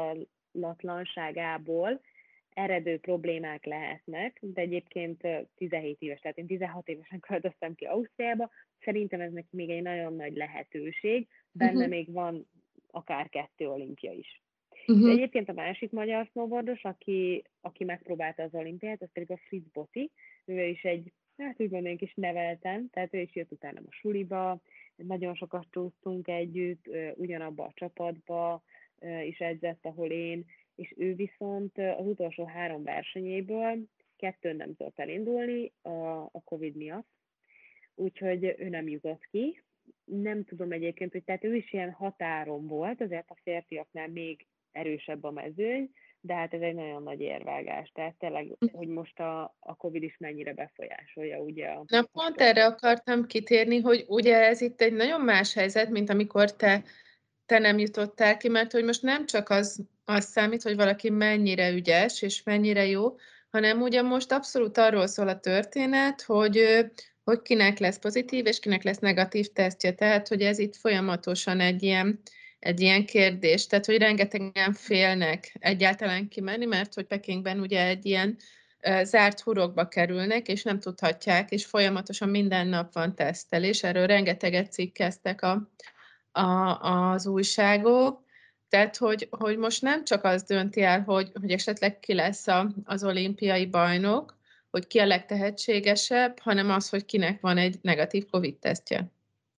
tapasztalatlanságából eredő problémák lehetnek, de egyébként tizenhét éves, tehát én tizenhat évesen költöztem ki Ausztriába, szerintem ez neki még egy nagyon nagy lehetőség, benne Uh-huh. még van akár kettő olimpia is. És Uh-huh. egyébként a másik magyar snowboardos, aki, aki megpróbálta az olimpiát, az pedig a Fritz Boti, ő is egy, hát úgy mondanánk is neveltem, tehát ő is jött utána a suliba, nagyon sokat csúsztunk együtt, ugyanabba a csapatba is edzett, ahol én, és ő viszont az utolsó három versenyéből kettőn nem tudott elindulni a, a Covid miatt, úgyhogy ő nem jutott ki. Nem tudom egyébként, hogy tehát ő is ilyen határon volt, azért a férfiaknál még erősebb a mezőny, de hát ez egy nagyon nagy érvágás. Tehát tényleg, hogy most a, a Covid is mennyire befolyásolja ugye a, Na a pont erre sportot. akartam kitérni, hogy ugye ez itt egy nagyon más helyzet, mint amikor te, te nem jutottál ki, mert hogy most nem csak az, az számít, hogy valaki mennyire ügyes és mennyire jó, hanem ugye most abszolút arról szól a történet, hogy, ö, hogy kinek lesz pozitív és kinek lesz negatív tesztje. Tehát, hogy ez itt folyamatosan egy ilyen, egy ilyen kérdés. Tehát, hogy rengetegen félnek egyáltalán kimenni, mert hogy Pekingben ugye egy ilyen zárt hurokba kerülnek, és nem tudhatják, és folyamatosan minden nap van tesztelés. Erről rengeteget cikkeztek a, a, az újságok. Tehát, hogy, hogy most nem csak az dönti el, hogy, hogy esetleg ki lesz a, az olimpiai bajnok, hogy ki a legtehetségesebb, hanem az, hogy kinek van egy negatív COVID-tesztje.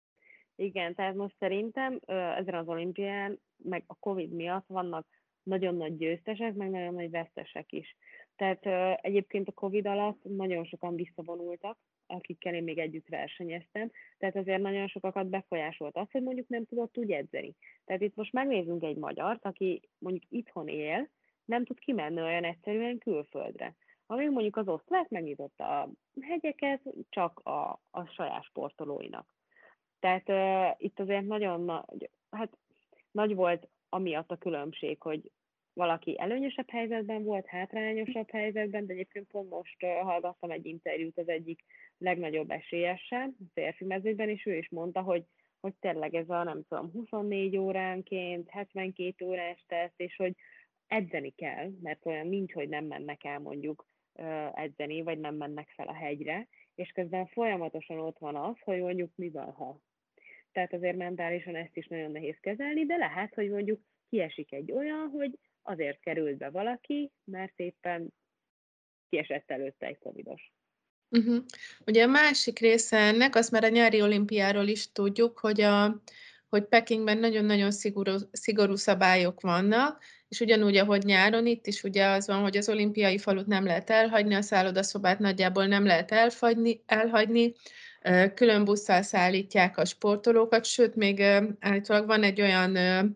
Igen, tehát most szerintem ezen az olimpián, meg a Covid miatt vannak nagyon nagy győztesek, meg nagyon nagy vesztesek is. Tehát egyébként a Covid alatt nagyon sokan visszavonultak, akikkel én még együtt versenyeztem, tehát azért nagyon sokakat befolyásolt az, hogy mondjuk nem tudott úgy edzeni. Tehát itt most megnézzünk egy magyart, aki mondjuk itthon él, nem tud kimenni olyan egyszerűen külföldre. Amíg mondjuk az osztrák megnyitotta a hegyeket csak a, a saját sportolóinak. Tehát uh, itt azért nagyon nagy, hát nagy volt amiatt a különbség, hogy valaki előnyösebb helyzetben volt, hátrányosabb helyzetben, de egyébként pont most uh, hallgattam egy interjút az egyik legnagyobb esélyessel, a férfi mezőnyben, és ő is mondta, hogy, hogy tényleg ez a nem tudom, huszonnégy óránként, hetvenkét órás teszt, és hogy edzeni kell, mert olyan nincs, hogy nem mennek el mondjuk uh, edzeni, vagy nem mennek fel a hegyre, és közben folyamatosan ott van az, hogy mondjuk mi van, ha tehát azért mentálisan ezt is nagyon nehéz kezelni, de lehet, hogy mondjuk kiesik egy olyan, hogy azért került be valaki, mert éppen kiesett előtte egy covidos. Uh-huh. Ugye a másik része ennek, azt már a nyári olimpiáról is tudjuk, hogy, a, hogy Pekingben nagyon-nagyon szigorú, szigorú szabályok vannak, és ugyanúgy, ahogy nyáron, itt is ugye az van, hogy az olimpiai falut nem lehet elhagyni, a szállodaszobát nagyjából nem lehet elfagyni, elhagyni, külön busszal szállítják a sportolókat, sőt, még állítólag van egy olyan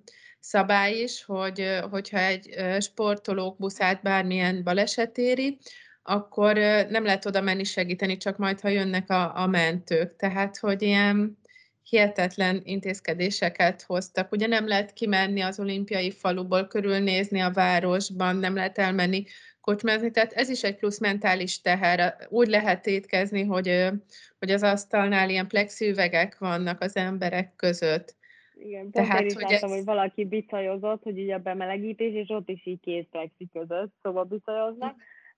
szabály is, hogy hogyha egy sportolók buszát bármilyen baleset éri, akkor nem lehet oda menni segíteni, csak majd, ha jönnek a, a mentők. Tehát, hogy ilyen hihetetlen intézkedéseket hoztak. Ugye nem lehet kimenni az olimpiai faluból, körülnézni a városban, nem lehet elmenni kocsmázni, tehát ez is egy plusz mentális teher. Úgy lehet étkezni, hogy, hogy az asztalnál ilyen plexiüvegek vannak az emberek között. Igen, pont én Tehát, is hogy láttam, ez... hogy valaki bicajozott, hogy ugye a bemelegítés, és ott is így két plexi között, szóval bicajoznak,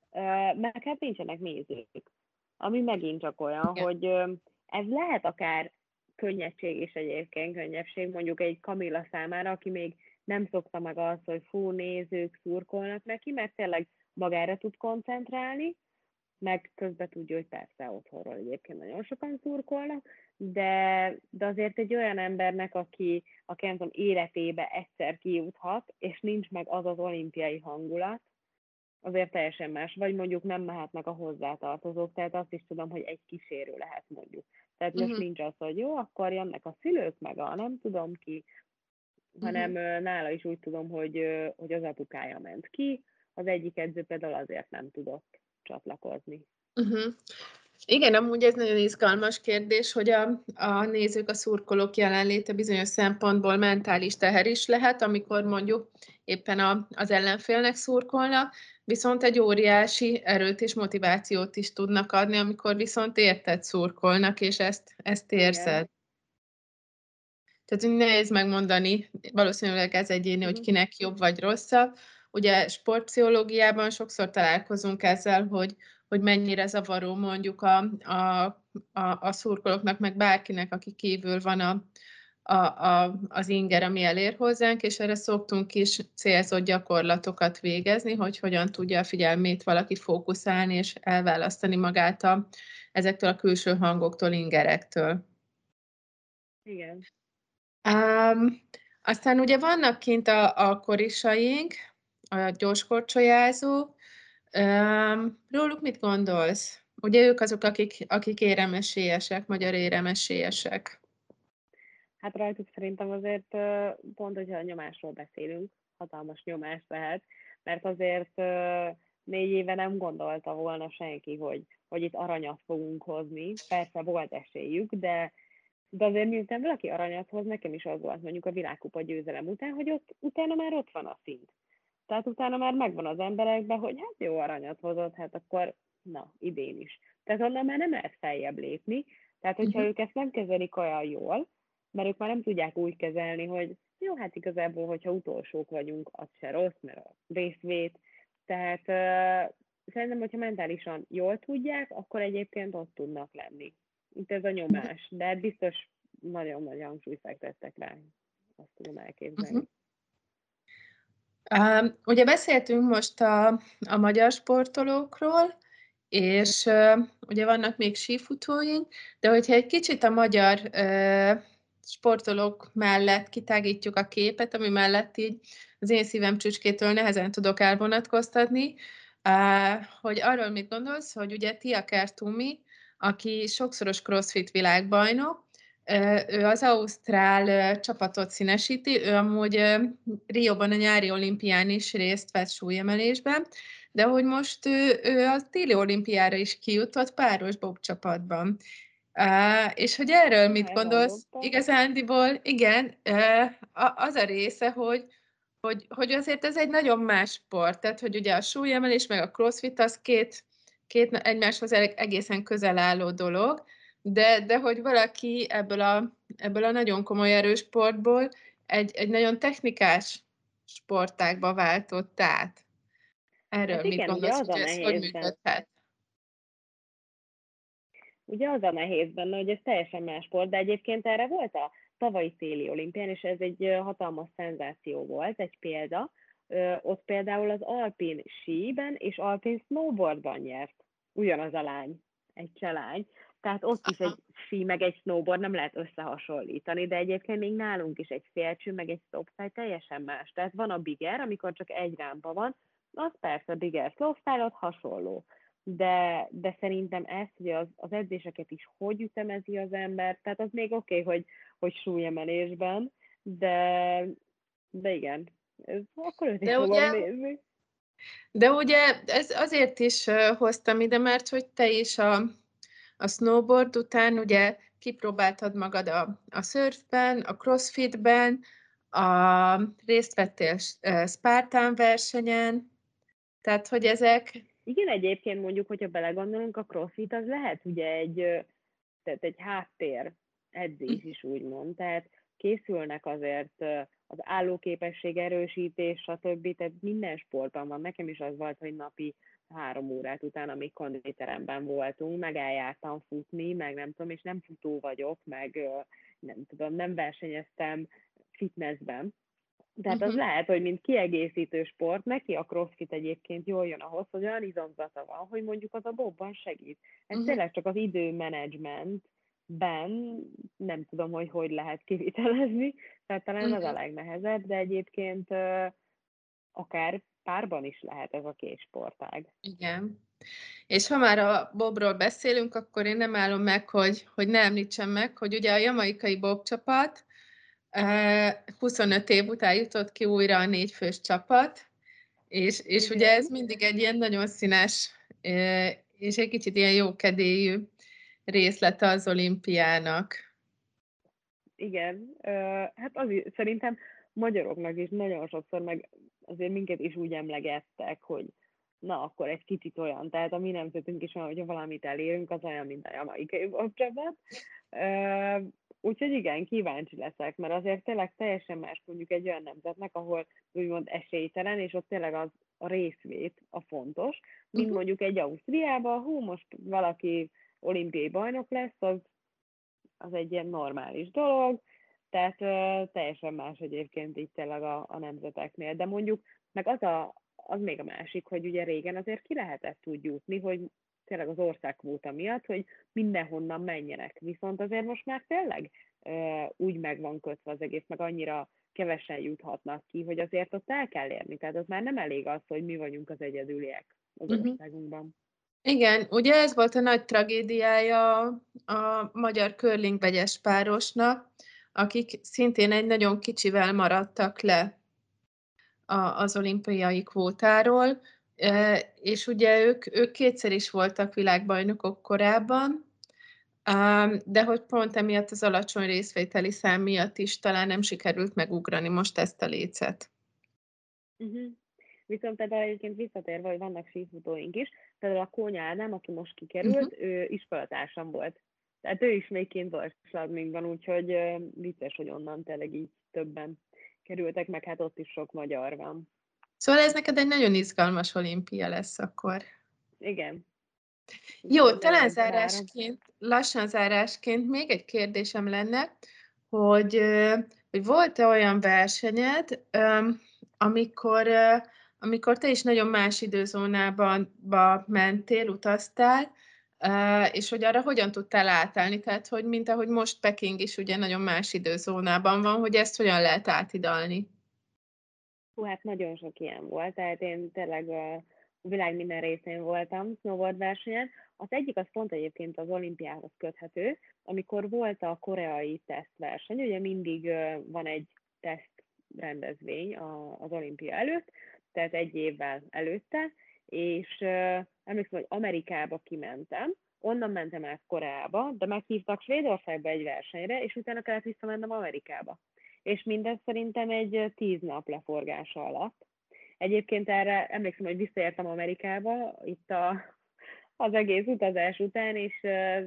mert hát nincsenek nézők. Ami megint csak olyan, Igen. hogy ez lehet akár könnyedség is egyébként, könnyebbség, mondjuk egy Kamilla számára, aki még nem szokta meg azt, hogy fú, nézők szurkolnak neki, mert tényleg magára tud koncentrálni, meg közben tudja, hogy persze otthonról egyébként nagyon sokan szurkolnak, de, de azért egy olyan embernek, aki, aki nem tudom, életébe egyszer kijuthat, és nincs meg az az olimpiai hangulat, azért teljesen más. Vagy mondjuk nem mehetnek a hozzátartozók, tehát azt is tudom, hogy egy kísérő lehet mondjuk. Tehát most Uh-huh. nincs az, hogy jó, akkor jönnek a szülők, meg a nem tudom ki, hanem uh-huh. nála is úgy tudom, hogy, hogy az apukája ment ki, az egyik edző például azért nem tudott csatlakozni. Uh-huh. Igen, amúgy ez nagyon izgalmas kérdés, hogy a, a nézők, a szurkolók jelenléte bizonyos szempontból mentális teher is lehet, amikor mondjuk éppen a, az ellenfélnek szurkolnak, viszont egy óriási erőt és motivációt is tudnak adni, amikor viszont érted szurkolnak, és ezt, ezt érzed. Igen. Tehát nehéz megmondani, valószínűleg ez egyéni, uh-huh. hogy kinek jobb vagy rosszabb. Ugye sportpszichológiában sokszor találkozunk ezzel, hogy, hogy mennyire zavaró mondjuk a, a, a, a szurkolóknak, meg bárkinek, aki kívül van a, a, a, az inger, ami elér hozzánk, és erre szoktunk is célzott gyakorlatokat végezni, hogy hogyan tudja a figyelmét valaki fókuszálni, és elválasztani magát a, ezektől a külső hangoktól, ingerektől. Igen. Um, aztán ugye vannak kint a, a korisaink, a gyorskorcsolyázók. Um, róluk mit gondolsz? Ugye ők azok, akik, akik éremesélyesek, magyar éremesélyesek. Hát rajtuk szerintem azért pont, hogyha a nyomásról beszélünk, hatalmas nyomás lehet, mert azért négy éve nem gondolta volna senki, hogy, hogy itt aranyat fogunk hozni. Persze volt esélyük, de De azért miután valaki aranyat hoz, nekem is az volt mondjuk a világkupa győzelem után, hogy ott utána már ott van a szint. Tehát utána már megvan az emberekben, hogy hát jó aranyat hozott, hát akkor na, idén is. Tehát onnan már nem lehet feljebb lépni. Tehát hogyha uh-huh. ők ezt nem kezelik olyan jól, mert ők már nem tudják úgy kezelni, hogy jó, hát igazából, hogyha utolsók vagyunk, az se rossz, mert a részvét. Tehát uh, szerintem, hogyha mentálisan jól tudják, akkor egyébként ott tudnak lenni. Itt ez a nyomás, de hát biztos nagyon nagy hangsúlyt fektettek rá, azt tudom elképzelni. Uh-huh. Uh, ugye beszéltünk most a, a magyar sportolókról, és uh, ugye vannak még sífutóink, de hogyha egy kicsit a magyar uh, sportolók mellett kitágítjuk a képet, ami mellett így az én szívem csücskétől nehezen tudok elvonatkoztatni, uh, hogy arról mit gondolsz, hogy ugye Tia Kertumi, aki sokszoros crossfit világbajnok, ő az ausztrál csapatot színesíti, ő amúgy Rióban a nyári olimpián is részt vett súlyemelésben, de hogy most ő, ő a téli olimpiára is kijutott páros bob csapatban. Uh, és hogy erről mit gondolsz? Igazándiból, igen, uh, az a része, hogy, hogy, hogy azért ez egy nagyon más sport, tehát hogy ugye a súlyemelés meg a crossfit az két, két egymáshoz egészen közel álló dolog, de, de hogy valaki ebből a, ebből a nagyon komoly erősportból egy, egy nagyon technikás sportágba váltott át. Erről Hát mit igen, ugye gondolsz, az hogy a ez hogy nehéz benne. működhet? Ugye az a nehéz benne, hogy ez teljesen más sport, de egyébként erre volt a tavalyi téli olimpián, és ez egy hatalmas szenzáció volt, egy példa. Ott például az alpin síben és alpin snowboardban nyert ugyanaz a lány, egy csalány. Tehát ott is egy sí meg egy snowboard nem lehet összehasonlítani, de egyébként még nálunk is egy félcső meg egy slopestyle teljesen más. Tehát van a bigger, amikor csak egy rámpa van, az persze a bigger slopestyle, ott hasonló. De, de szerintem ez, hogy az, az edzéseket is hogy ütemezi az ember, tehát az még oké, okay, hogy, hogy súlyemelésben, de, de igen, ez, akkor őt is De fogom ugye, nézni. de ugye ez azért is hoztam ide, mert hogy te is a, a snowboard után ugye kipróbáltad magad a, a surfben, a crossfitben, a, részt vettél Spartan versenyen, tehát hogy ezek... Igen, egyébként mondjuk, hogyha belegondolunk, a crossfit az lehet ugye egy, tehát egy háttér edzés is úgymond, tehát készülnek azért az állóképesség erősítés, stb. Tehát minden sportban van. Nekem is az volt, hogy napi három órát után, amíg konditeremben voltunk, meg eljártam futni, meg nem tudom, és nem futó vagyok, meg nem tudom, nem versenyeztem fitnessben, Tehát az Uh-huh. lehet, hogy mint kiegészítő sport, neki a crossfit egyébként jól jön ahhoz, hogy olyan izomzata van, hogy mondjuk az a bobban segít. Ez Uh-huh. tényleg csak az időmenedzsmentben nem tudom, hogy hogy lehet kivitelezni, tehát talán az a Uh-huh. legnehezebb, de egyébként uh, akár párban is lehet ez a két sportág. Igen. És ha már a bobról beszélünk, akkor én nem állom meg, hogy, hogy ne említsem meg, hogy ugye a jamaikai bobcsapat huszonöt év után jutott ki újra a négyfős csapat, és, és ugye ez Igen, mindig egy ilyen nagyon színes, és egy kicsit ilyen jókedélyű részlete az olimpiának. igen. Uh, hát az is, szerintem magyaroknak is nagyon sokszor, meg azért minket is úgy emlegettek, hogy na, akkor egy kicsit olyan. Tehát a mi nemzetünk is olyan, hogyha valamit elérünk, az olyan, mint a jamaikai bobcsapat. Uh, úgyhogy igen, kíváncsi leszek, mert azért tényleg teljesen más mondjuk egy olyan nemzetnek, ahol úgymond esélytelen, és ott tényleg az a részvét a fontos, mint Uh-huh. mondjuk egy Ausztriában, hú, most valaki olimpiai bajnok lesz, az, az egy ilyen normális dolog, tehát uh, teljesen más egyébként így tényleg a, a nemzeteknél. De mondjuk, meg az, a, az még a másik, hogy ugye régen azért ki lehetett úgy jutni, hogy tényleg az országkvóta miatt, hogy mindenhonnan menjenek. Viszont azért most már tényleg uh, úgy meg van kötve az egész, meg annyira kevesen juthatnak ki, hogy azért ott el kell érni. Tehát ott már nem elég az, hogy mi vagyunk az egyedüliek az Uh-huh. országunkban. Igen, ugye ez volt a nagy tragédiája a magyar curling vegyes párosnak, akik szintén egy nagyon kicsivel maradtak le az olimpiai kvótáról, és ugye ők, ők kétszer is voltak világbajnokok korábban, de hogy pont emiatt az alacsony részvételi szám miatt is talán nem sikerült megugrani most ezt a lécet. Uh-huh. Viszont ebben egyébként visszatérve, hogy vannak sífutóink is, például a Kónya Ádám, aki most kikerült, uh-huh. ő iskolatársam volt. Tehát ő is még kint volt Sladmingban, úgyhogy uh, vicces, hogy onnan tényleg így többen kerültek, meg hát ott is sok magyar van. Szóval ez neked egy nagyon izgalmas olimpia lesz akkor. Igen. Jó, Úgyhogy talán uh, várom. zárásként, lassan zárásként még egy kérdésem lenne, hogy, uh, hogy volt-e olyan versenyed, um, amikor, uh, amikor te is nagyon más időzónában ba mentél, utaztál, uh, és hogy arra hogyan tudtál átállni? Tehát, hogy mint ahogy most Peking is ugye nagyon más időzónában van, hogy ezt hogyan lehet átidalni? Hú, hát nagyon sok ilyen volt, tehát én tényleg a világ minden részén voltam snowboard versenyen. Az egyik az pont egyébként az olimpiához köthető, amikor volt a koreai tesztverseny, ugye mindig van egy teszt rendezvény az olimpia előtt, tehát egy évvel előtte, és emlékszem, hogy Amerikába kimentem, onnan mentem át Koreába, de meghívtak Svédországba egy versenyre, és utána kellett visszamennem Amerikába. És mindez szerintem egy tíz nap leforgása alatt. Egyébként erre emlékszem, hogy visszaértem Amerikába, itt a, az egész utazás után, és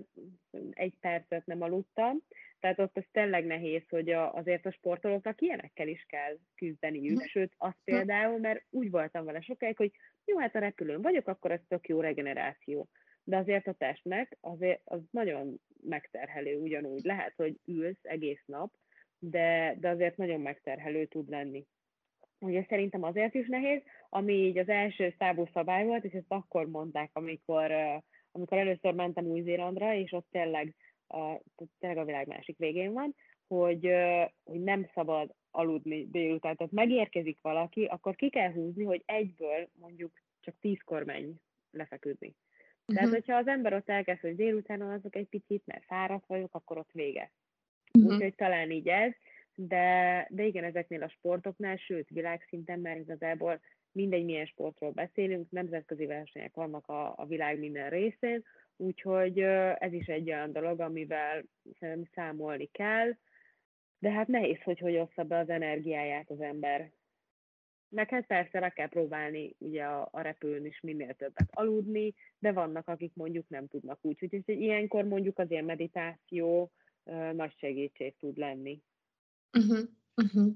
egy percet nem aludtam. Tehát ott ez tényleg nehéz, hogy a, azért a sportolóknak ilyenekkel is kell küzdeniük, sőt, az például, mert úgy voltam vele sokáig, hogy jó, hát a repülőn vagyok, akkor ez tök jó regeneráció. De azért a testnek azért az nagyon megterhelő ugyanúgy. Lehet, hogy ülsz egész nap, de, de azért nagyon megterhelő tud lenni. Ugye szerintem azért is nehéz, ami így az első szábú szabály volt, és ezt akkor mondták, amikor, amikor először mentem Új-Zélandra, és ott tényleg, tényleg a világ másik végén van, hogy, hogy nem szabad aludni délután. Tehát megérkezik valaki, akkor ki kell húzni, hogy egyből mondjuk csak tízkor menj lefeküdni. Tehát, Uh-huh. hogyha az ember ott elkezd, hogy délután azok egy picit, mert fáradt vagyok, akkor ott vége. Uh-huh. Úgyhogy talán így ez, de, de igen, ezeknél a sportoknál, sőt, világszinten már igazából mindegy, milyen sportról beszélünk, nemzetközi versenyek vannak a, a világ minden részén, úgyhogy ez is egy olyan dolog, amivel szerintem számolni kell, de hát nehéz, hogy hogy ossza be az energiáját az ember. Meg hát persze meg kell próbálni ugye a, a repülőn is minél többet aludni, de vannak, akik mondjuk nem tudnak úgy. Úgyhogy ilyenkor mondjuk az ilyen meditáció uh, nagy segítség tud lenni. Uh-huh. Uh-huh.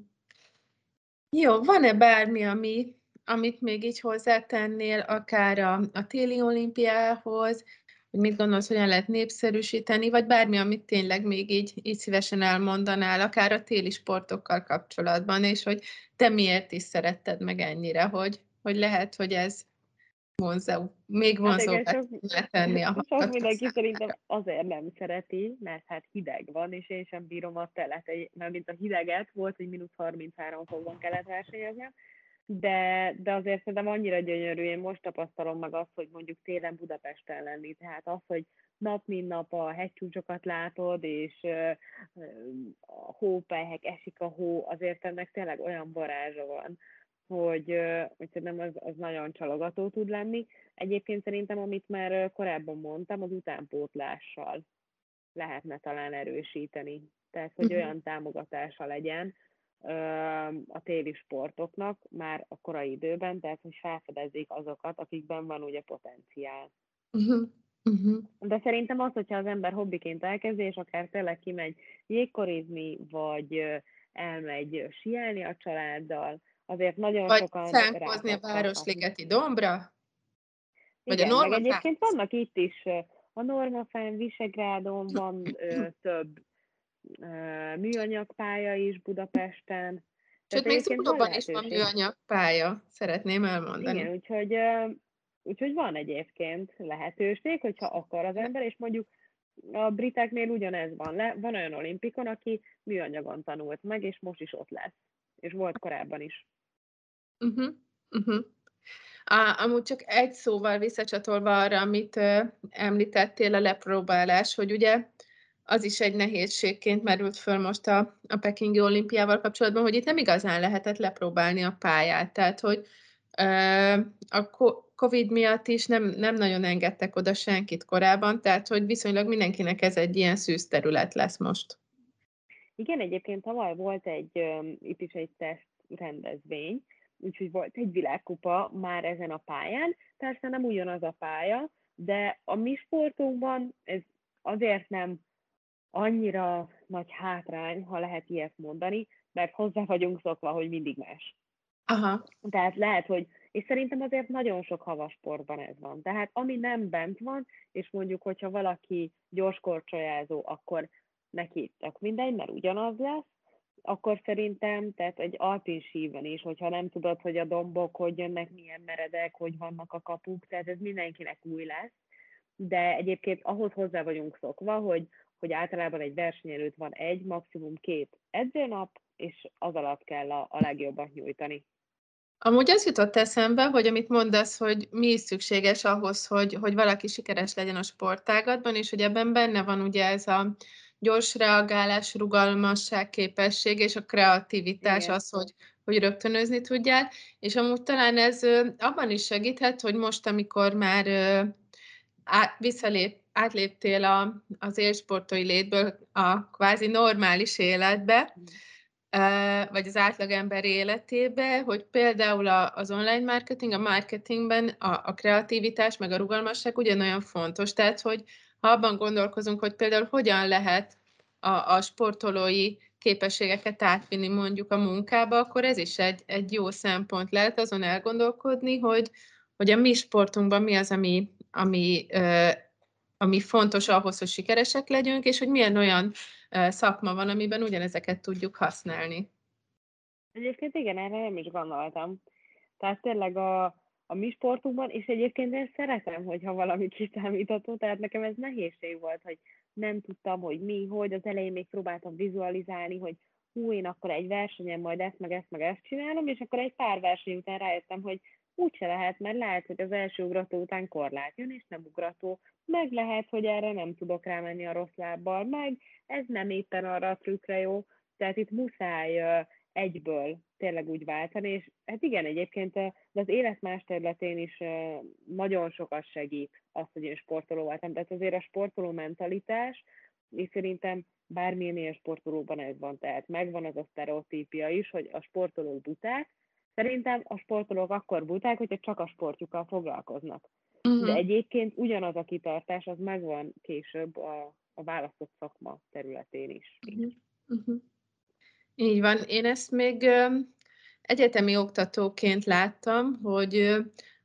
Jó, van-e bármi, ami, amit még így hozzátennél, akár a, a téli olimpiához, hogy mit gondolsz, hogyan lehet népszerűsíteni, vagy bármi, amit tényleg még így így szívesen elmondanál, akár a téli sportokkal kapcsolatban, és hogy te miért is szeretted meg ennyire, hogy hogy lehet, hogy ez vonzó még Hát vonzóbbá igen, sok, tudná tenni a sok hallgatók mindenki szerintem számára. azért nem szereti, mert hát hideg van, és én sem bírom a telet, egy- mert mint a hideget, volt, hogy mínusz harminchárom fokban kellett versenyezni, de, de azért szerintem annyira gyönyörű, én most tapasztalom meg azt, hogy mondjuk télen Budapesten lenni, tehát az, hogy nap mint nap a hegycsúcsokat látod, és ö, ö, a hópelyhek, esik a hó, azért ennek tényleg olyan varázsa van, hogy, ö, hogy szerintem az, az nagyon csalogató tud lenni. Egyébként szerintem, amit már ö, korábban mondtam, az utánpótlással lehetne talán erősíteni. Tehát, hogy Mhm, olyan támogatása legyen ö, a téli sportoknak már a korai időben, tehát, hogy felfedezzék azokat, akikben van ugye potenciál. mhm, mhm. De szerintem az, hogyha az ember hobbiként elkezdi, és akár tényleg kimegy jégkorizni, vagy ö, elmegy ö, síelni a családdal, azért nagyon Vagy sokan szánkozni a rákaphatnak. Városligeti dombra, vagy a Igen, meg egyébként Normafához. vannak itt is ö, a Normafán, Visegrádon van ö, több ö, műanyag pálya is Budapesten, Sőt, tehát még egyébként van Zuglóban is van lehetőség. műanyag pálya, szeretném Igen, elmondani. úgyhogy, ö, úgyhogy van egyébként lehetőség, hogyha akar az ember, és mondjuk a briteknél ugyanez van. Le, van olyan olimpikon, aki műanyagon tanult meg, és most is ott lesz. És volt korábban is. Uh-huh, uh-huh. Á, amúgy csak egy szóval visszacsatolva arra, amit ö, említettél, a lepróbálás, hogy ugye az is egy nehézségként merült föl most a, a pekingi olimpiával kapcsolatban, hogy itt nem igazán lehetett lepróbálni a pályát. Tehát, hogy ö, a ko- Covid miatt is nem, nem nagyon engedtek oda senkit korábban, tehát, hogy viszonylag mindenkinek ez egy ilyen szűz terület lesz most. Igen, egyébként tavaly volt egy, um, itt is egy teszt rendezvény, úgyhogy volt egy világkupa már ezen a pályán. Persze nem ugyanaz a pálya, de a mi sportunkban ez azért nem annyira nagy hátrány, ha lehet ilyet mondani, mert hozzá vagyunk szokva, hogy mindig más. Aha. Tehát lehet, hogy, és szerintem azért nagyon sok havasportban ez van. Tehát ami nem bent van, és mondjuk, hogyha valaki gyorskorcsolyázó, akkor neki tök mindegy, mert ugyanaz lesz, akkor szerintem, tehát egy alpin síven is, hogyha nem tudod, hogy a dombok hogy jönnek, milyen meredek, hogy vannak a kapuk, tehát ez mindenkinek új lesz, de egyébként ahhoz hozzá vagyunk szokva, hogy, hogy általában egy verseny előtt van egy, maximum két edzőnap, és az alatt kell a, a legjobbat nyújtani. Amúgy az jutott eszembe, hogy amit mondasz, hogy mi is szükséges ahhoz, hogy, hogy valaki sikeres legyen a sportágatban, és hogy ebben benne van ugye ez a gyors reagálás, rugalmasság, képesség és a kreativitás Igen. az, hogy, hogy rögtönözni tudjál, és amúgy talán ez ö, abban is segíthet, hogy most, amikor már ö, á, visszalép, átléptél a, az élsportolói létből a kvázi normális életbe, vagy az átlagember életébe, hogy például a, az online marketing, a marketingben a, a kreativitás, meg a rugalmasság ugyanolyan fontos. Tehát, hogy ha abban gondolkozunk, hogy például hogyan lehet a, a sportolói képességeket átvinni mondjuk a munkába, akkor ez is egy, egy jó szempont lehet azon elgondolkodni, hogy, hogy a mi sportunkban mi az, ami, ami, ö, ami fontos ahhoz, hogy sikeresek legyünk, és hogy milyen olyan szakma van, amiben ugyanezeket tudjuk használni. Egyébként igen, erre nem is gondoltam. Tehát tényleg a, a mi sportunkban, és egyébként én szeretem, hogyha valami kiszámítható, tehát nekem ez nehézség volt, hogy nem tudtam, hogy mi, hogy az elején még próbáltam vizualizálni, hogy hú, én akkor egy versenyen majd ezt, meg ezt, meg ezt csinálom, és akkor egy pár verseny után rájöttem, hogy úgyse lehet, mert lehet, hogy az első ugrató után korlát jön, és nem ugrató, meg lehet, hogy erre nem tudok rámenni a rossz lábbal, meg ez nem éppen arra a trükkre jó, tehát itt muszáj egyből tényleg úgy váltani, és hát igen, egyébként de az élet más területén is nagyon sokat segít az, hogy én sportoló voltam. Tehát azért a sportoló mentalitás, és szerintem bármilyen ilyen sportolóban ez van, tehát megvan az a sztereotípia is, hogy a sportolók buták. Szerintem a sportolók akkor buták, hogyha csak a sportjukkal foglalkoznak. De Uh-huh. egyébként ugyanaz a kitartás, az megvan később a, a választott szakma területén is. Uh-huh. Uh-huh. Így van. Én ezt még ö, egyetemi oktatóként láttam, hogy ö,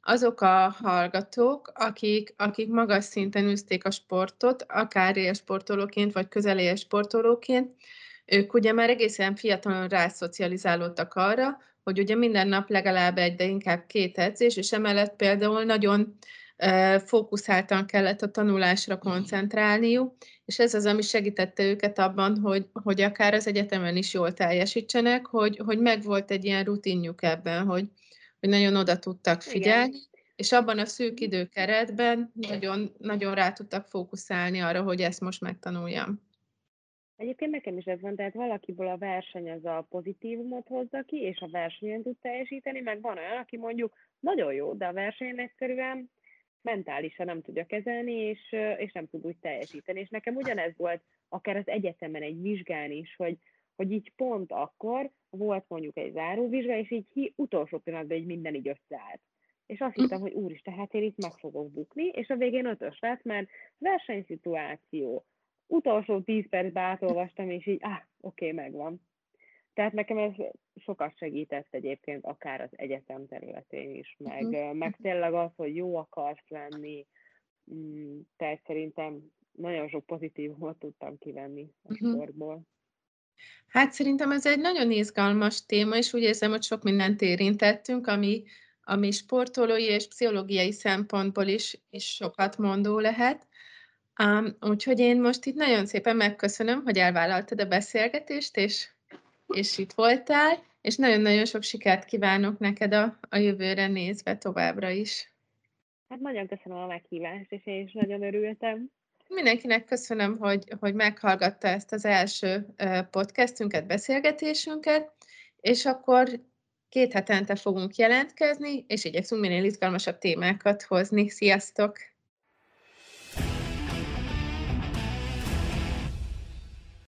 azok a hallgatók, akik, akik magas szinten űzték a sportot, akár élsportolóként, vagy közel élsportolóként, ők ugye már egészen fiatalon rászocializálódtak arra, hogy ugye minden nap legalább egy, de inkább két edzés, és emellett például nagyon ö, fókuszáltan kellett a tanulásra koncentrálniuk, és ez az, ami segítette őket abban, hogy, hogy akár az egyetemen is jól teljesítsenek, hogy, hogy megvolt egy ilyen rutinjuk ebben, hogy, hogy nagyon oda tudtak Igen. figyelni, és abban a szűk Mhm. időkeretben nagyon, nagyon rá tudtak fókuszálni arra, hogy ezt most megtanuljam. Egyébként nekem is ez van, tehát valakiből a verseny az a pozitívumot hozza ki, és a versenyen tud teljesíteni, meg van olyan, aki mondjuk nagyon jó, de a versenyen egyszerűen mentálisan nem tudja kezelni, és, ö, és nem tud úgy teljesíteni. És nekem ugyanez volt akár az egyetemen egy vizsgán is, hogy, hogy így pont akkor volt mondjuk egy záróvizsga, és így hi, utolsó pillanatban így minden így összeállt. És azt hittem, hogy úristen, hát én itt meg fogok bukni, és a végén ötös lett, mert versenyszituáció, utolsó tíz percben átolvastam, és így, ah, oké, okay, megvan. Tehát nekem ez sokat segített egyébként, akár az egyetem területén is, meg, ö, meg tényleg az, hogy jó akarsz lenni, mm, tehát szerintem nagyon sok pozitívumot tudtam kivenni a Uh-huh. sportból. Hát szerintem ez egy nagyon izgalmas téma, és úgy érzem, hogy sok mindent érintettünk, ami, ami sportolói és pszichológiai szempontból is, is sokat mondó lehet. Um, úgyhogy én most itt nagyon szépen megköszönöm, hogy elvállaltad a beszélgetést, és, és itt voltál, és nagyon-nagyon sok sikert kívánok neked a, a jövőre nézve továbbra is. Hát nagyon köszönöm a meghívást, és én is nagyon örültem. Mindenkinek köszönöm, hogy, hogy meghallgatta ezt az első ö, podcastünket, beszélgetésünket, és akkor két hetente fogunk jelentkezni, és igyekszünk minél izgalmasabb témákat hozni. Sziasztok!